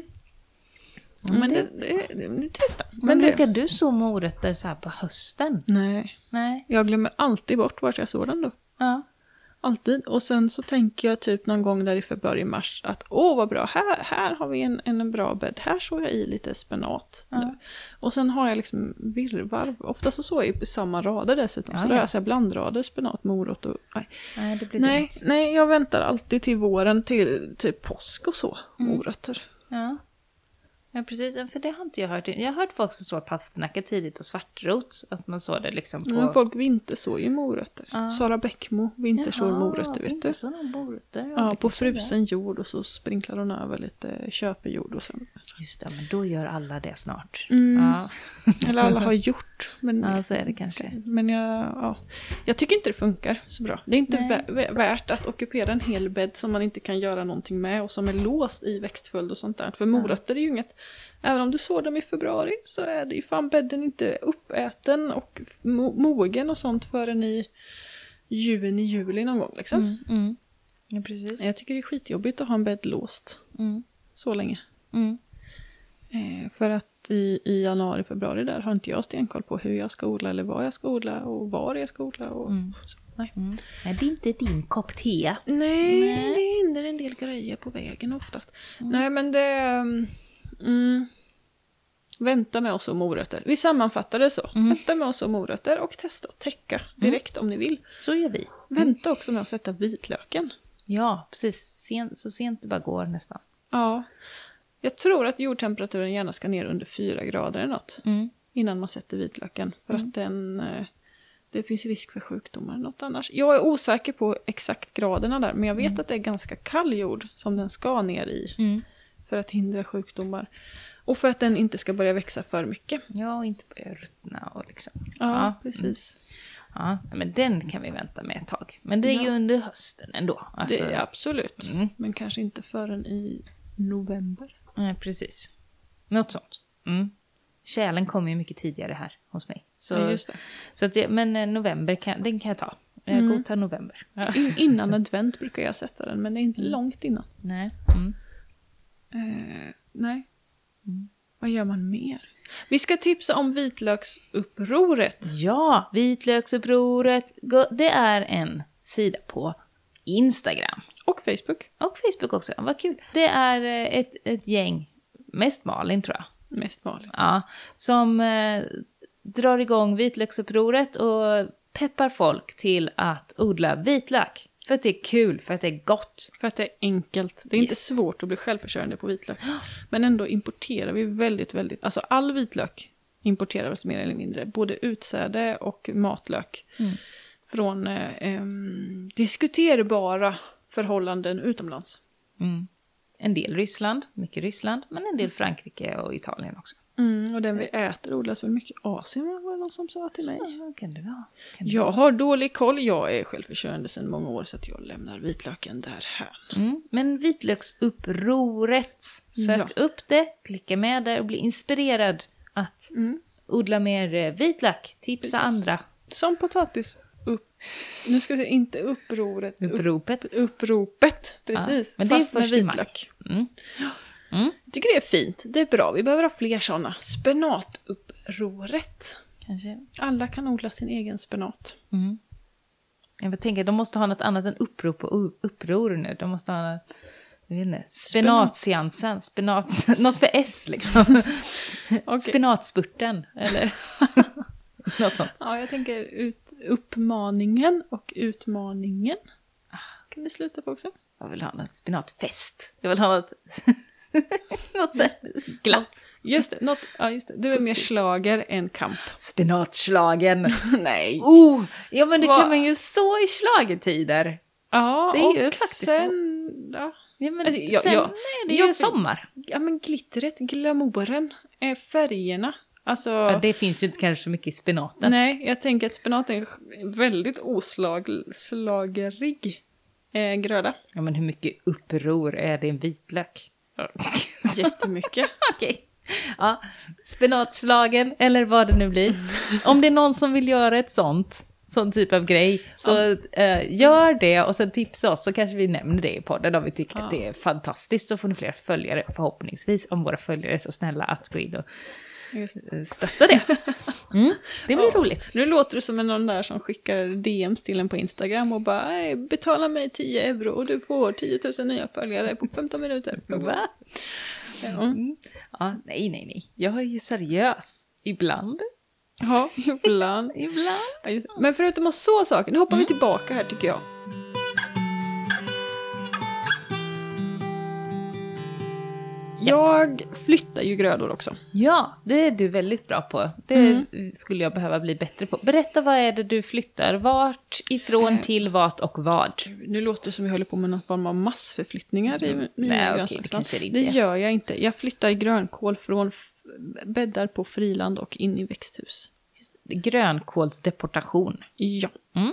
Mm, Men det- det, det, det, det testar. Men Men det, brukar du så morötter så här på hösten? nej, Nej. jag glömmer alltid bort vart jag sår den då. Ja. Alltid. Och sen så tänker jag typ någon gång där i februari-mars att åh vad bra, här, här har vi en, en bra bädd. Här sår jag i lite spenat. Ja. Nu. Och sen har jag liksom virrvarv. Ofta så sår jag ju på samma rader dessutom. Ja, så ja. då har jag så här blandrader, spenat, morot och... Nej. Nej, det blir Nej, dumt. nej, jag väntar alltid till våren till typ påsk och så. Mm. Morötter. Ja. Ja, precis. För det har inte jag hört. Jag har hört folk som sår pasternacka tidigt och svartrot. Att man sår det liksom på... Men folk vintersår ju morötter. Ja. Sara Bäckmo vintersår morötter, vet du. Sådana morötter. Ja, det på kanske är det. frusen jord och så sprinklar hon över lite köpejord och sen. Just det, men då gör alla det snart. Mm. Ja. Eller alla har gjort. Men, Ja, så är det kanske. men jag, ja. jag tycker inte det funkar så bra. Det är inte Nej. vä- vä- värt att ockupera en hel bädd som man inte kan göra någonting med och som är låst i växtföljd och sånt där. För morötter är ju inget, även om du sår dem i februari så är det ju fan bädden inte uppäten och mo- mogen och sånt förrän i juni, juli någon gång liksom. Mm, mm. Ja, precis. Jag tycker det är skitjobbigt att ha en bädd låst Mm, så länge. mm. Eh, för att i, i januari, februari där har inte jag stenkoll på hur jag ska odla eller vad jag ska odla och var jag ska odla. Och, Mm. så, nej. Mm. Nej, det är inte din kopp te. Nej, Nej. det händer en del grejer på vägen oftast. Nej, men det... Mm, vänta med oss och morötter. Vi sammanfattar det så. Mm. Vänta med oss och morötter och testa att täcka direkt om ni vill. Så gör vi. Vänta också med att sätta vitlöken. Ja, precis. Sen, så sent det bara går nästan. Ja. Jag tror att jordtemperaturen gärna ska ner under fyra grader eller något. Mm. Innan man sätter vitlöken. För Mm. att den, eh, det finns risk för sjukdomar eller något annars. Jag är osäker på exakt graderna där. Men jag vet Mm. att det är ganska kall jord som den ska ner i. Mm. För att hindra sjukdomar. Och för att den inte ska börja växa för mycket. Ja, och inte börja ruttna och liksom. Ja, precis. Ja, men den kan vi vänta med ett tag. Men det är Ja. ju under hösten ändå. Alltså, Det är absolut. Mm. Men kanske inte förrän i november. Nej, precis. Något sånt. Mm. Kärlen kommer ju mycket tidigare här hos mig. Så, Ja, just det. så att det, men eh, november kan, den kan jag ta. Jag Mm. godtar november. Ja. In, innan advent brukar jag sätta den. Men det är inte Mm. långt innan. Nej. Mm. Eh, nej. Mm. Vad gör man mer? Vi ska tipsa om vitlöksupproret. Ja, vitlöksupproret. Gå- Det är en sida på Instagram. Och Facebook. Och Facebook också. Vad kul. Det är eh, ett, ett gäng, mest Malin tror jag. Mest vanligt. Ja, som eh, drar igång vitlöksupproret och peppar folk till att odla vitlök. För att det är kul, för att det är gott. För att det är enkelt. Det är inte Yes. svårt att bli självförsörjande på vitlök. Men ändå importerar vi väldigt, väldigt... Alltså all vitlök importeras mer eller mindre. Både utsäde och matlök. Mm. Från eh, em, diskuterbara förhållanden utomlands. Mm. En del Ryssland, mycket Ryssland, men en del Frankrike och Italien också. Mm, och den vi äter odlas väl mycket i Asien, var det någon som sa till mig. Så kan det vara. Kan det Jag vara. har dålig koll, jag är självförsörjande sedan många år så att jag lämnar vitlöken där här. Mm. Men vitlöksupproret, sök Ja. upp det, klicka med där och bli inspirerad att Mm. odla mer eh, vitlök. Tipsa Precis. andra. Som potatis upp, nu ska vi se, inte upproret, upp, Uppropet. uppropet, precis, Ja, men det är fast med första maj. vitlök. Mm. Mm. Jag tycker det är fint, det är bra, vi behöver ha fler sådana. Spenatupproret. Kanske. Alla kan odla sin egen spenat. Mm. Jag tänker, de måste ha något annat än upprop och u- uppror nu. De måste ha något, jag vet inte, spenatseansen, spenat, något för S liksom. Okej. Spenatspurten, eller något sånt. Ja, jag tänker ut, uppmaningen och utmaningen. Kan det sluta på också? Jag vill ha något spenatfest. Jag vill ha något, något sätt glatt. Just det, något, ja, just det. Du är mer slager än kamp. Spinatslagen. Nej. Oh, ja men det Va? kan man ju så i schlagertider. Ja, Det är ju och faktiskt sen... Ja. Ja, men Alltså, jag- sen jag- är det ju jag- sommar. ja, men glittret, glamouren, är färgerna. Alltså... Ja, det finns ju inte kanske så mycket i spenaten. Nej, jag tänker att spenat är en väldigt oslagerig eh, gröda. Ja, men hur mycket uppror är det i en vitlök? Jättemycket. Okej. Ja, spenatslagen eller vad det nu blir. Om det är någon som vill göra ett sånt, sån typ av grej, så eh, gör det och sen tipsa oss så kanske vi nämner det i podden om vi tycker Ja. att det är fantastiskt. Så får ni fler följare förhoppningsvis, om våra följare är så snälla att gå in och Just det. eh, stötta det. Mm, det blir Ja. roligt. Nu låter du som en någon där som skickar D Ms till en på Instagram och bara "Nej, betala mig tio euro och du får tio tusen nya följare på femton minuter. Va? Ja, Mm. Ja, nej, nej, nej. Jag är ju seriös. Ibland. ja ibland. Ibland. Ja, just- Men förutom att så saker, nu hoppar vi tillbaka här tycker jag. Jag flyttar ju grödor också. Ja, det är du väldigt bra på. Det Mm. skulle jag behöva bli bättre på. Berätta, vad är det du flyttar? Vart ifrån Eh. till vart och vad? Nu låter det som jag håller på med någon form av massförflyttningar i mina Nej, okej, grönsaksland. det kanske det inte Det är. gör jag inte. Jag flyttar grönkål från f- bäddar på friland och in i växthus. Grönkålsdeportation. Ja. Mm.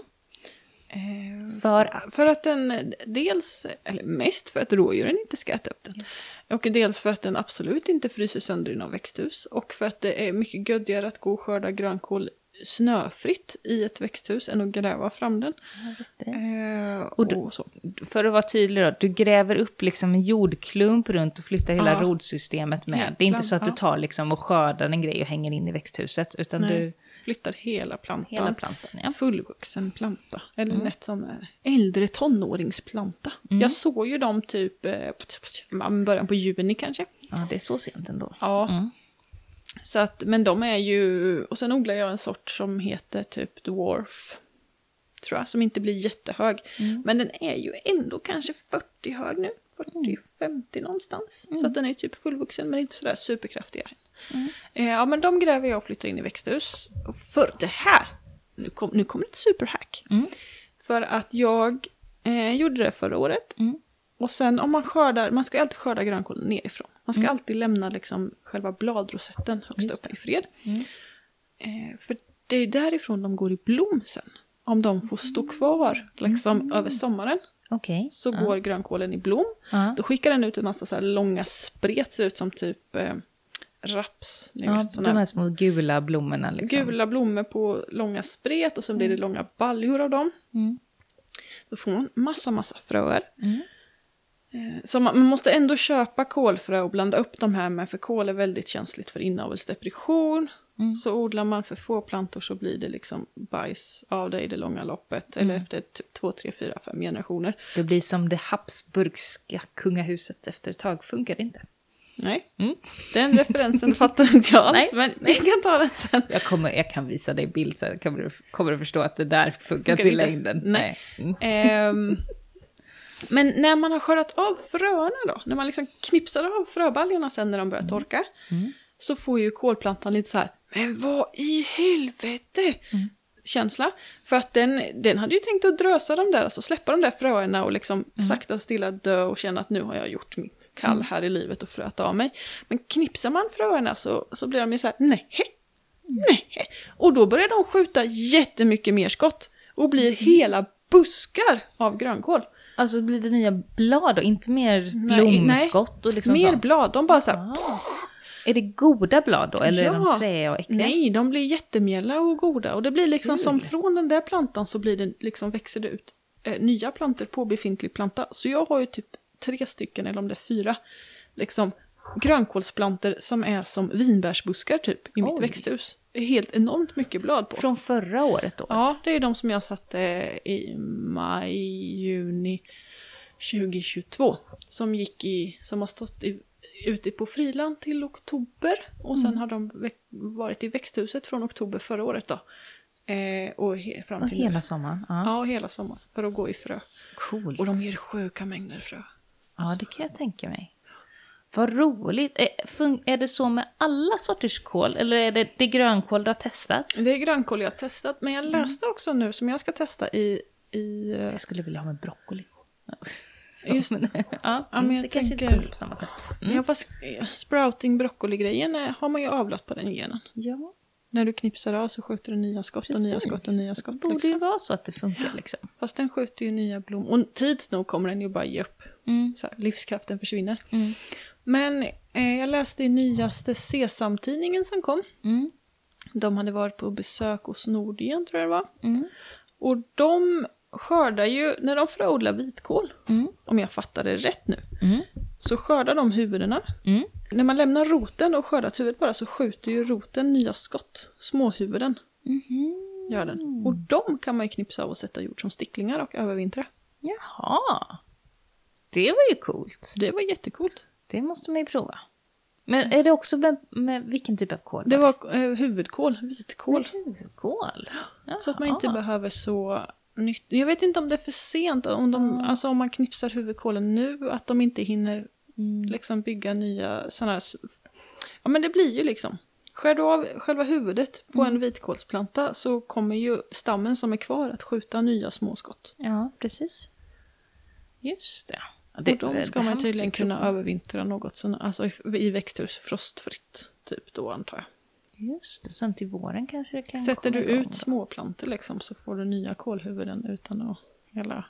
Eh, För att? För att den, dels, eller mest för att rådjuren inte ska äta upp den. Och dels för att den absolut inte fryser sönder i någon växthus. Och för att det är mycket göddigare att gå och skörda grönkål snöfritt i ett växthus än att gräva fram den. Eh, och, Och du- så. För att vara tydlig då, du gräver upp liksom en jordklump runt och flyttar hela Ja. rodsystemet med. Helt Det är inte plan- så att du ja. tar liksom och skördar en grej och hänger in i växthuset, utan Nej, du flyttar hela plantan. hela plantan. Ja. Fullvuxen planta. Eller Mm. nätt som är äldre tonåringsplanta. Mm. Jag såg ju dem typ eh, början på juni kanske. Ja, det är så sent ändå. Ja. Mm. Så att, men de är ju, och sen odlar jag en sort som heter typ dwarf, tror jag, som inte blir jättehög. Mm. Men den är ju ändå kanske fyrtio hög nu, fyrtio femtio någonstans. Så att den är typ fullvuxen men inte sådär superkraftiga. Mm. Eh, ja men de gräver jag och flyttar in i växthus. Och för det här, nu, kom, nu kommer ett superhack. Mm. För att jag eh, gjorde det förra året. Mm. Och sen om man skördar, man ska alltid skörda grönkål nerifrån. Man ska Mm. alltid lämna liksom själva bladrosetten högst Just upp i fred. Mm. Eh, för det är därifrån de går i blom sen. Om de får stå kvar liksom över sommaren Okej. så Mm. Ja. går grönkålen i blom. Ja. Då skickar den ut en massa så här långa spret, ser ut som typ eh, raps. Ni Ja, vet, såna de här här små gula blommorna liksom. gula blommor på långa spret och så blir det långa baljor av dem. Mm. Då får man massa, massa fröer. Mm. Eh, Så man, man måste ändå köpa kolfrö och blanda upp de här med, för kål är väldigt känsligt för inavelsdepression. Mm. Så odlar man för få plantor så blir det liksom bajs av det i det långa loppet. Mm. Eller efter typ två, tre, fyra, fem generationer. Det blir som det habsburgska kungahuset efter ett tag. Funkar det inte? Nej, Mm. den referensen fattar inte jag alls. Nej, Men vi kan ta den sen. Jag, kommer, jag kan visa dig bild sen. Kommer du, kommer du förstå att det där funkar Funkar till inte. längden? Nej. Mm. Ehm, men när man har skördat av fröna då, när man liksom knipsar av fröbaljorna sen när de börjar torka, Mm. så får ju kolplantan lite så här, men vad i helvete? Mm. Känsla. För att den, den hade ju tänkt att drösa dem där, alltså släppa de där fröerna och liksom Mm. sakta stilla dö och känna att nu har jag gjort mitt, kall Mm. här i livet och fröt av mig. Men knipsar man fröerna så, så blir de ju så här, nej, nej. Och då börjar de skjuta jättemycket mer skott och blir Mm. hela buskar av grönkål. Alltså blir det nya blad och inte mer Nej, blomskott och liksom Mer sånt? blad, de bara så här, Ah. Är det goda blad då? Eller är de Ja. trä och äckliga? nej, de blir jättemjälla och goda. Och det blir liksom Kul. som från den där plantan så blir det liksom, växer det ut eh, nya plantor på befintlig planta. Så jag har ju typ tre stycken, eller om det är fyra, liksom grönkålsplantor som är som vinbärsbuskar typ i mitt Oj. växthus. Det är helt enormt mycket blad på. Från förra året då? Ja, det är de som jag satte i maj, juni tjugohundratjugotvå. Som gick i, som har stått i, ute på friland till oktober. Och sen Mm. har de vä- varit i växthuset från oktober förra året då. Eh, och he, fram Och till hela nu. sommaren? Ja. Ja, hela sommaren. För att gå i frö. Coolt. Och de ger sjuka mängder frö. Ja, det kan jag tänka mig. Vad roligt. Är, fun- är det så med alla sorters kål? Eller är det, det grönkål du har testat? Det är grönkål jag har testat. Men Mm. jag läste också nu som jag ska testa i... i eh, Jag skulle vilja ha med broccoli. Så, Just men, ja, Ja, men mm, jag det kanske inte tänker- funkar på samma sätt. Mm. ja, fast eh, sprouting broccoli-grejen eh, har man ju avlat på den genen. Ja, När du knipsar av så skjuter den nya skott och nya skott och nya skott. Det borde Liksom. ju vara så att det funkar liksom. Fast den skjuter ju nya blommor. Och tids nog kommer den ju bara ge upp. Mm. Så här, livskraften försvinner. Mm. Men eh, jag läste i nyaste Sesamtidningen som kom. Mm. De hade varit på besök hos Nordien tror jag det var. Mm. Och de skördar ju, när de fröodlar vitkål, Mm. om jag fattar det rätt nu, Mm. så skördar de huvudena. Mm. När man lämnar roten och skördat huvudet bara så skjuter ju roten nya skott. Småhuvuden Mhm. gör den. Och de kan man ju knipsa av och sätta jord som sticklingar och övervintra. Jaha. Det var ju coolt. Det var jättekult. Det måste man ju prova. Men är det också med, med vilken typ av kål? Det var eh, huvudkål, vitkål. Huvudkål? Så att man inte Jaha. behöver så nytt. Jag vet inte om det är för sent. Om, de, Ja. alltså om man knipsar huvudkålen nu. Att de inte hinner Mm. liksom bygga nya sådana här. s- Ja men det blir ju liksom. Skär du av själva huvudet på Mm. en vitkålsplanta så kommer ju stammen som är kvar att skjuta nya småskott. Ja, precis. Just det. Ja, det och de det ska här man måste tydligen jag kunna prova. övervintra något sån, alltså i, i växthus frostfritt. Typ då antar jag. Just det, sen till våren kanske det kan Sätter komma du igång ut då. småplantor liksom så får du nya kolhuvuden utan att hela...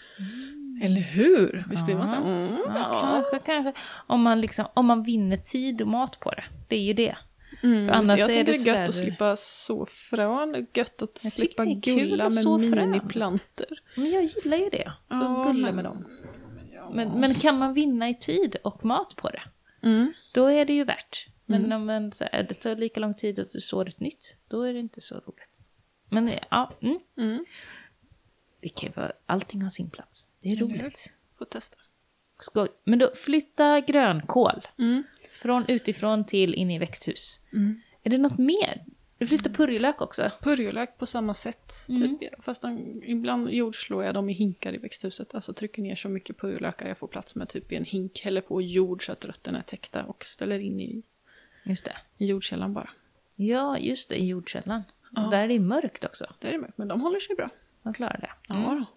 Eller hur? Visst blir man så här, mm, Ja, ja. kanske, kanske. Om man, liksom, om man vinner tid och mat på det. Det är ju det. Mm, För annars jag är tycker det det är gött sådär- att slippa så frön. Gött att Jag tycker slippa det är kul gulla att med så frön. miniplantor. Men jag gillar ju det. Ja, Och gulla men- med dem. Men, men kan man vinna i tid och mat på det? Mm. Då är det ju värt. Men Mm. om man, så här, det tar lika lång tid att du sår ett nytt. Då är det inte så roligt. Men ja, mm. Mm. Det kan ju vara, allting har sin plats. Det är Eller hur? roligt. Får testa. Skoj. Men då flytta grönkål. Mm. Från utifrån till in i växthus. Mm. Är det något mer? Du flyttar purjolök också. Purjolök på samma sätt. Mm. Typ. Fast de, ibland jordslår jag dem i hinkar i växthuset. Alltså trycker ner så mycket purjolökar jag får plats med typ i en hink. Häller på jord så att rötterna är täckta och ställer in i, Just det. i jordkällan bara. Ja, just det. I jordkällan. Ja. Där är det mörkt också. Det är det mörkt, men de håller sig bra. Man klarar det. Ja, Mm. då.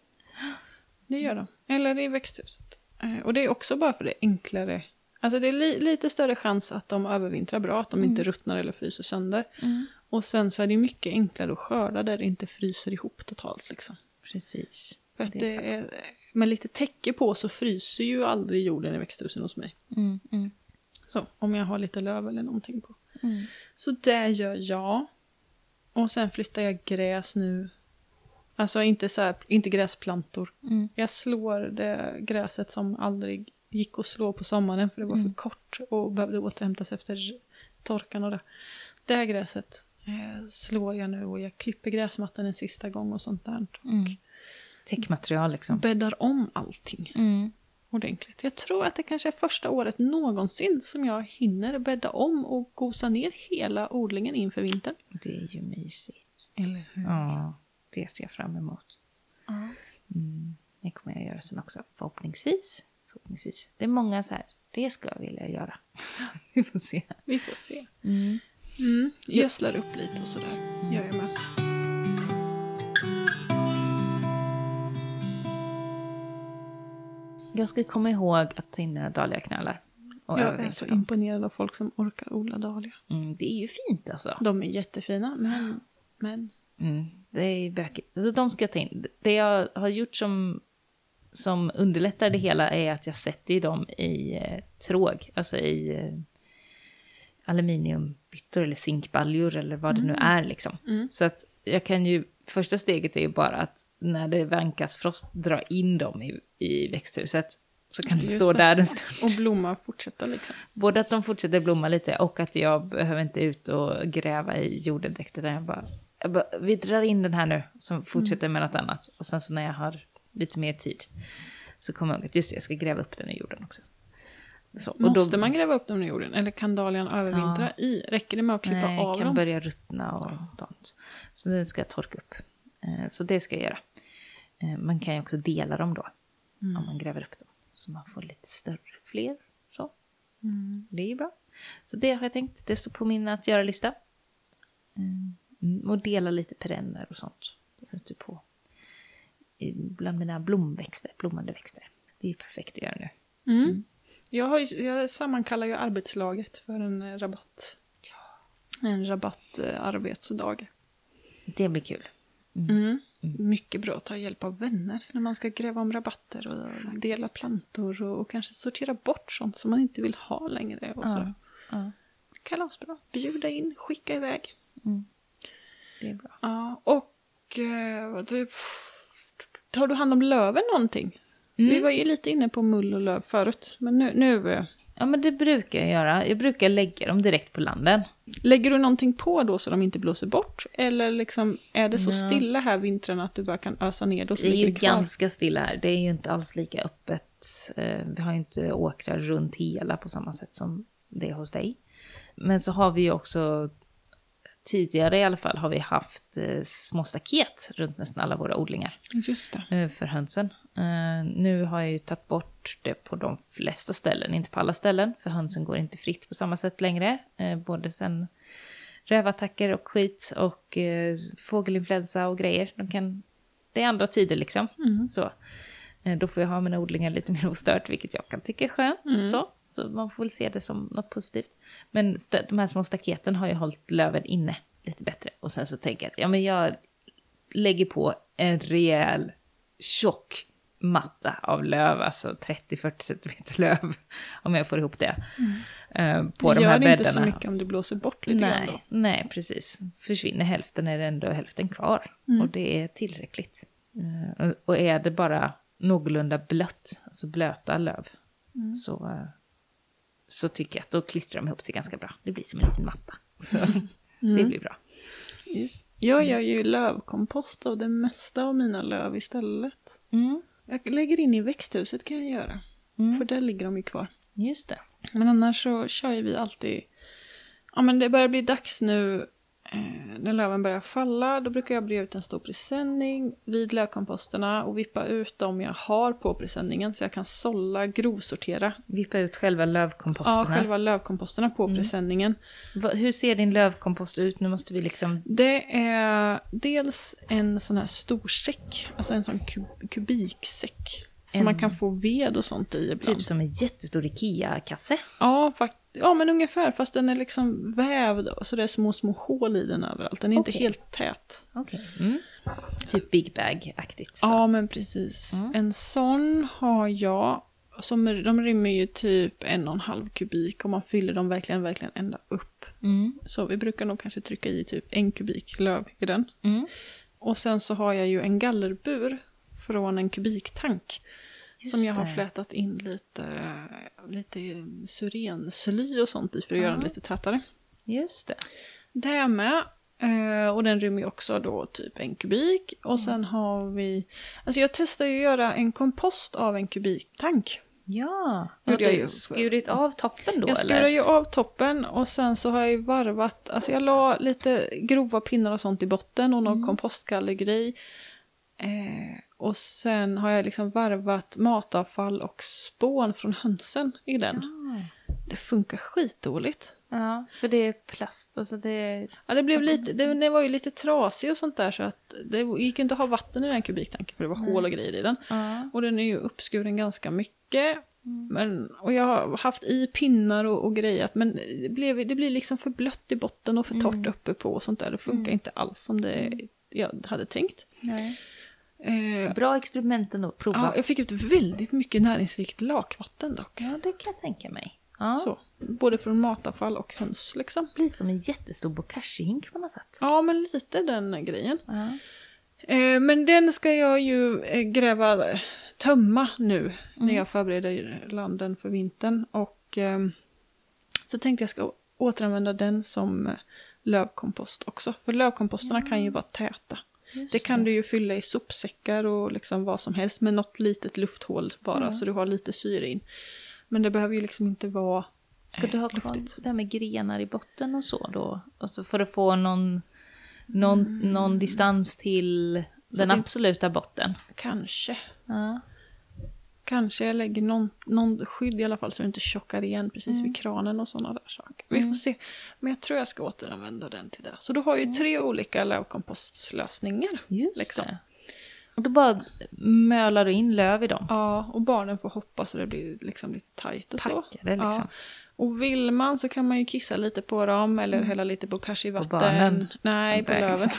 Det gör de. Eller i växthuset. Eh, Och det är också bara för det enklare. Alltså det är li- lite större chans att de övervintrar bra. Att de inte ruttnar eller fryser sönder. Mm. Och sen så är det mycket enklare att skörda där det inte fryser ihop totalt. Liksom. Precis. För att Det det är är, med lite täcke på så fryser ju aldrig jorden i växthusen hos mig. Mm, mm, Så om jag har lite löv eller någonting på. mm. Så det gör jag. Och sen flyttar jag gräs nu. Alltså inte, så här, inte gräsplantor. Mm. Jag slår det gräset som aldrig gick att slå på sommaren för det var Mm. för kort och behövde återhämtas efter torkan och det. Det här gräset eh, slår jag nu och jag klipper gräsmattan en sista gång och sånt där. Och Mm. Täckmaterial liksom. bäddar om allting Mm. ordentligt. Jag tror att det kanske är första året någonsin som jag hinner bädda om och gosa ner hela odlingen inför vintern. Det är ju mysigt. Eller hur? Ja, det ser jag fram emot. Ja. Mm. Det kommer jag göra sen också, förhoppningsvis. förhoppningsvis. Det är många så här, det ska jag vilja göra. Vi får se. Vi får se. Mm. Mm. Gödslar upp lite och sådär. Gör jag med. Jag ska komma ihåg att ta in mina dahliaknölar. Och jag är så dem. imponerad av folk som orkar odla dahlia. Mm, det är ju fint alltså. De är jättefina, men... men... Mm, det är bökigt. De ska jag ta in. Det jag har gjort som, som underlättar det hela är att jag sätter dem i eh, tråg. Alltså i eh, aluminiumbyttor eller zinkbaljor eller vad mm. det nu är liksom. Mm. Så att jag kan ju... Första steget är ju bara att när det vankas frost dra in dem i, i växthuset. Så kan det stå det. Där en stund. Och blomma fortsätta liksom. Både att de fortsätter blomma lite och att jag behöver inte ut och gräva i jorden direkt. Utan jag bara, jag bara, vi drar in den här nu. Så fortsätter med något annat. Och sen så när jag har lite mer tid så kommer jag att just det, jag ska gräva upp den i jorden också. Så, och Måste då, man gräva upp den i jorden? Eller kan dahlian övervintra ja. i? Räcker det med att klippa nej, av dem? Nej, kan börja ruttna och sånt. Så den ska jag torka upp. Så det ska jag göra. Man kan ju också dela dem då. Mm. Om man gräver upp dem. Så man får lite större, fler. Så. Mm. Det är bra. Så det har jag tänkt. Det står på min att göra-lista. Mm. Och dela lite perenner och sånt. Ute på. Bland mina blomväxter. Blommande växter. Det är perfekt att göra nu. Mm. Mm. Jag, har, jag sammankallar ju arbetslaget för en rabatt. Ja. En rabattarbetsdag. Det blir kul. Mm. Mm. Mm. Mycket bra att ta hjälp av vänner när man ska gräva om rabatter och Faktiskt. dela plantor och, och kanske sortera bort sånt som man inte vill ha längre. Och ja. Ja. Kalasbra. Bjuda in, skicka iväg. Mm. Det är bra. Ja, och eh, du, tar du hand om löven någonting? Mm. Vi var ju lite inne på mull och löv förut, men nu... nu ja, men det brukar jag göra. Jag brukar lägga dem direkt på landen. Lägger du någonting på då så de inte blåser bort? Eller liksom, är det så ja. stilla här vintern att du bara kan ösa ner då? Så det är ju det ganska stilla här. Det är ju inte alls lika öppet. Vi har ju inte åkrar runt hela på samma sätt som det är hos dig. Men så har vi ju också... Tidigare i alla fall har vi haft eh, små staket runt nästan alla våra odlingar. Just det. Eh, för hönsen. Eh, nu har jag ju tagit bort det på de flesta ställen. Inte på alla ställen. För hönsen går inte fritt på samma sätt längre. Eh, både sen rävattacker och skit. Och eh, fågelinfluensa och grejer. De kan, det är andra tider liksom. Mm. Så, eh, då får jag ha mina odlingar lite mer ostört. Vilket jag kan tycka är skönt. Mm. Så. Så man får väl se det som något positivt. Men st- de här små staketen har ju hållit löven inne lite bättre. Och sen så tänker jag att ja, men jag lägger på en rejäl tjock matta av löv. Alltså trettio till fyrtio centimeter löv. Om jag får ihop det. Mm. Uh, på de här bäddarna. Gör det inte så mycket om du blåser bort lite nej, grann då? Nej, precis. Försvinner hälften är det ändå hälften kvar. Mm. Och det är tillräckligt. Uh, och, och är det bara någorlunda blött. Alltså blöta löv. Mm. Så... Uh, så tycker jag att då klistrar de ihop sig ganska bra. Det blir som en liten matta. Så mm. det blir bra. Just. Jag gör ju lövkompost av det mesta av mina löv istället. Mm. Jag lägger in i växthuset kan jag göra. Mm. För där ligger de ju kvar. Just det. Men annars så kör vi alltid... Ja men det börjar bli dags nu. Eh, när löven börjar falla. Då brukar jag bre ut en stor presenning vid lövkomposterna. Och vippa ut dem jag har på presenningen. Så jag kan sålla, grovsortera. Vippa ut själva lövkomposterna? Ja, själva lövkomposterna på mm. presenningen. Va, hur ser din lövkompost ut? Nu måste vi liksom... Det är dels en sån här stor säck. Alltså en sån kub- kubiksäck. Som en... man kan få ved och sånt i ibland. Typ som en jättestor Ikea-kasse? Ja, faktiskt. Ja, men ungefär. Fast den är liksom vävd. Så det är små, små hål i den överallt. Den är okay. inte helt tät. Okej. Okay. Mm. Typ big bag-aktigt. Så. Ja, men precis. Mm. En sån har jag. Som, de rymmer ju typ en och en halv kubik. Och man fyller dem verkligen, verkligen ända upp. Mm. Så vi brukar nog kanske trycka i typ en kubik löv i den. Mm. Och sen så har jag ju en gallerbur. Från en kubiktank. Just som jag har det. flätat in lite, lite surensly och sånt i för att uh-huh. göra den lite tätare. Just det. Det är med. Och den rymmer ju också då typ en kubik. Och mm. sen har vi... Alltså jag testade ju att göra en kompost av en kubiktank. Ja. Har du ju skurit av toppen då? Jag skurade ju av toppen. Och sen så har jag ju varvat... Alltså jag la lite grova pinnar och sånt i botten. Och någon mm. kompostgallergrej. Eh, och sen har jag liksom varvat matavfall och spån från hönsen i den. Ja. det funkar skitdåligt. Ja, för det är plast. Alltså det... Ja, det blev lite, det, det var ju lite trasig och sånt där så att det gick inte att ha vatten i den kubiktanken för det var Nej. hål och grejer i den. Ja. Och den är ju uppskuren ganska mycket. Mm. Men, och jag har haft i pinnar och, och grejat men det, blev, det blir liksom för blött i botten och för torrt mm. uppe på och sånt där. Det funkar mm. inte alls som det jag hade tänkt. Nej. Eh, Bra experimenten att prova. Ja, jag fick ut väldigt mycket näringsrikt lakvatten dock. Ja, det kan jag tänka mig. Ja. Så, både från matavfall och höns liksom. Det blir som en jättestor bokashi-hink på något sätt. Ja, men lite den grejen. Ja. Eh, men den ska jag ju eh, gräva, tömma nu mm. när jag förbereder landen för vintern. Och eh, så tänkte jag ska återanvända den som eh, lövkompost också. För lövkomposterna mm. kan ju vara täta. Just det kan det. Du ju fylla i sopsäckar och liksom vad som helst med något litet lufthål bara mm. så du har lite syre in. Men det behöver ju liksom inte vara Ska eh, du ha kvar det här med grenar i botten och så då? Alltså för att få någon, någon, mm. någon distans till så den absoluta botten? Kanske. Ja. Kanske jag lägger någon, någon skydd i alla fall så det inte tjockar igen precis mm. vid kranen och sådana där saker. Vi Mm. får se. Men jag tror jag ska återanvända den till det. Så då har jag ju tre mm. olika lövkompostlösningar. Just liksom. det. Och då bara mölar du in löv i dem. Ja, och barnen får hoppa så det blir liksom lite tajt och Packade, så. liksom. Ja. Och vill man så kan man ju kissa lite på dem eller mm. hälla lite bokashi-vatten. På barnen? Nej, på löven.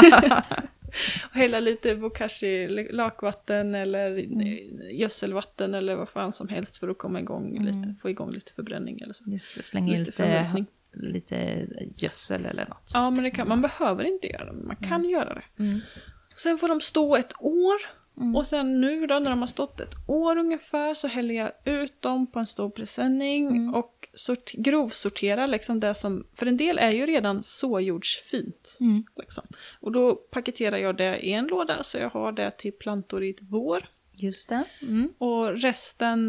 Och hälla lite bokashi lakvatten eller mm. gödselvatten eller vad fan som helst för att komma igång mm. lite, få igång lite förbränning eller så. Just det, slänga in lite, lite gödsel eller något. Ja, men det kan, man behöver inte göra det, men man kan mm. göra det. Mm. Sen får de stå ett år. Mm. Och sen nu då när de har stått ett år ungefär så häller jag ut dem på en stor presenning mm. och sort, grovsorterar liksom det som, för en del är ju redan såjordsfint. Mm. Liksom. Och då paketerar jag det i en låda så jag har det till plantor i ett vår. Just det. Mm. Och resten,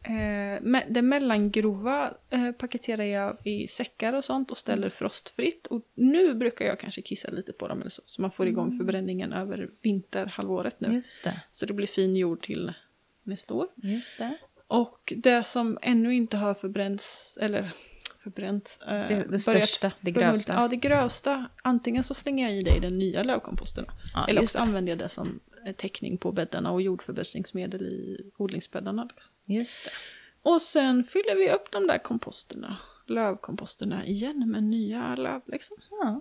eh, me- det mellangrova eh, paketerar jag i säckar och sånt och ställer frostfritt. Och nu brukar jag kanske kissa lite på dem eller så. Så man får igång Mm. förbränningen över vinterhalvåret nu. Just det. Så det blir fin jord till nästa år. Just det. Och det som ännu inte har förbränts, eller förbränts. Eh, det, det största, det grövsta. Ja, det grövsta. Antingen så slänger jag i det i den nya lövkomposten. Ja, eller också det. använder jag det som täckning på bäddarna och jordförbättringsmedel i odlingsbäddarna. Liksom. Just det. Och sen fyller vi upp de där komposterna, lövkomposterna igen med nya löv. Liksom. Ja.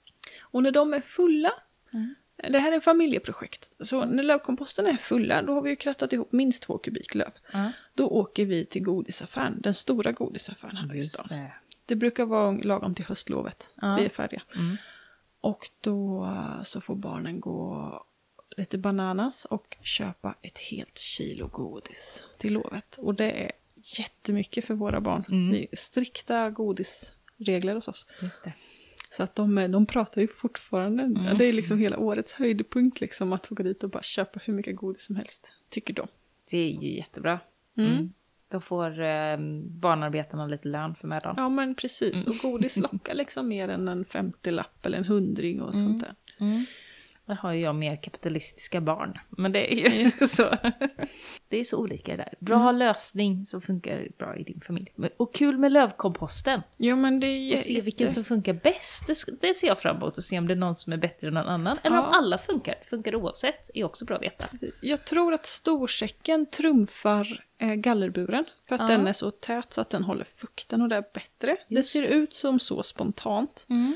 Och när de är fulla, mm. det här är en familjeprojekt, så när lövkomposterna är fulla, då har vi ju krattat ihop minst två kubik löv. Ja. Då åker vi till godisaffären, den stora godisaffären här i stan. Det. det brukar vara lagom till höstlovet, ja. vi är färdiga. Mm. Och då så får barnen gå lite bananas och köpa ett helt kilo godis till lovet. Och det är jättemycket för våra barn. Mm. Vi är strikta godisregler hos oss. Just det. Så att de, de pratar ju fortfarande. Mm. Det är liksom hela årets höjdpunkt liksom, att få gå dit och bara köpa hur mycket godis som helst. Tycker de. Det är ju jättebra. Mm. Mm. Då får eh, barnarbetarna lite lön för med dem. Ja, men precis. Mm. Och godis lockar liksom mer än en femtio-lapp eller en hundring och mm. sånt där. Mm. Där har jag mer kapitalistiska barn. Men det är ju just så. Det är så olika där. Bra mm. lösning som funkar bra i din familj. Och kul med lövkomposten. Jo, men det är och se jätte... vilken som funkar bäst. Det, det ser jag fram emot. Och se om det är någon som är bättre än någon annan. Eller ja. om alla funkar. Funkar oavsett. Är också bra att veta. Precis. Jag tror att storsäcken trumfar eh, gallerburen. För att ja. den är så tät så att den håller fukten och det är bättre. Just det ser det. ut som så spontant. Mm.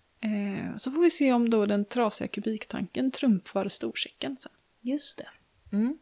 Eh, så får vi se om då den trasiga kubiktanken trumfar storsäcken sen. Just det. Mm.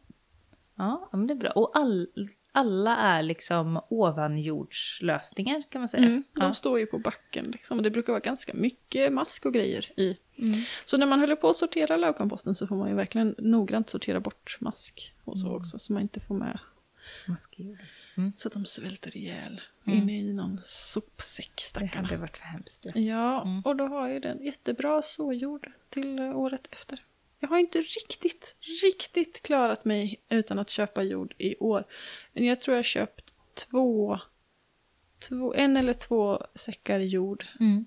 Ja, men det är bra. Och all, alla är liksom ovanjordslösningar kan man säga. Mm, de ja. står ju på backen liksom. Och det brukar vara ganska mycket mask och grejer i. Mm. Så när man håller på att sortera lövkomposten så får man ju verkligen noggrant sortera bort mask. Och så mm. också, så man inte får med maskjord. Mm. Så att de svälter ihjäl mm. inne i någon sopsäck, stackarna. Det hade varit för hemskt. Ja, ja mm. och då har jag den jättebra såjord till året efter. Jag har inte riktigt, riktigt klarat mig utan att köpa jord i år. Men jag tror jag har köpt två, två en eller två säckar jord. Mm.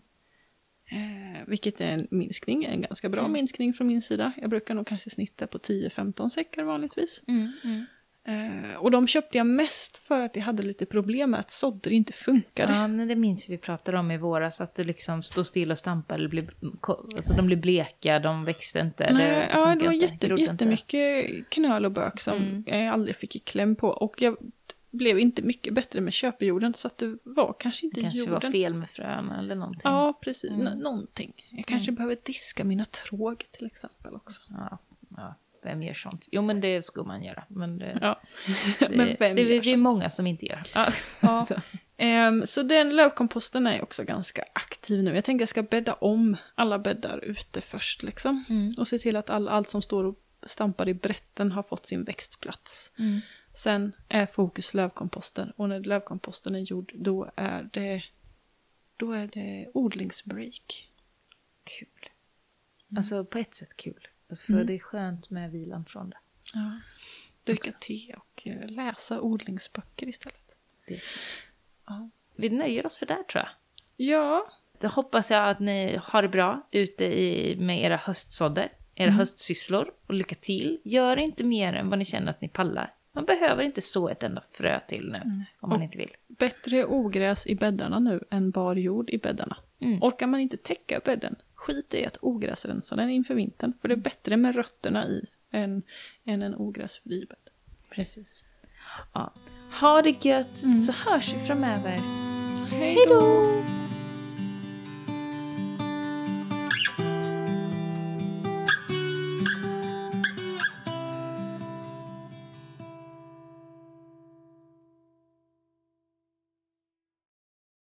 Eh, vilket är en minskning, en ganska bra mm. minskning från min sida. Jag brukar nog kanske snitta på tio femton säckar vanligtvis. Mm. Mm. Eh, och de köpte jag mest för att jag hade lite problem med att sådder inte funkade. Ja, men det minns vi pratade om i våras, att det liksom stod still och stampade, eller blev, alltså de blev bleka, de växte inte. Nej, det ja, det var inte, jätte, jättemycket knöl och bök som Mm. jag aldrig fick i kläm på. Och jag blev inte mycket bättre med köpejorden, så att det var kanske inte det kanske jorden. var fel med fröna eller någonting. Ja, precis. Mm. Nå- någonting. Jag kanske Mm. behöver diska mina tråg till exempel också. Ja, ja, vem gör sånt? Jo, men det ska man göra. Men det, Ja. det, Men vem det, gör det är sånt? många som inte gör. Ja. Ja. Så. Ehm, så den lövkomposten är också ganska aktiv nu. Jag tänker jag ska bädda om alla bäddar ute först liksom. Mm. Och se till att all, allt som står och stampar i brätten har fått sin växtplats. Mm. Sen är fokus lövkomposten. Och när lövkomposten är gjord, då är det, då är det odlingsbreak. Kul. Alltså på ett sätt kul. Alltså, för Mm. det är skönt med vilan från det. Ja. Dricka te och eh, läsa odlingsböcker istället. Det är fint. Ja. Vi nöjer oss för där, tror jag. Ja. Då hoppas jag att ni har det bra ute i, med era höstsådder, era Mm. höstsysslor, och lycka till. Gör inte mer än vad ni känner att ni pallar. Man behöver inte så ett enda frö till nu, Mm. om man Och- inte vill. Bättre ogräs i bäddarna nu än bar jord i bäddarna. Mm. Orkar man inte täcka bädden, skit i att ogräsrensa den inför vintern. För det är bättre med rötterna i än, än en ogräsfri bädd. Precis. Ja. Ha det gött, Mm. så hörs vi framöver. Hej Hej då!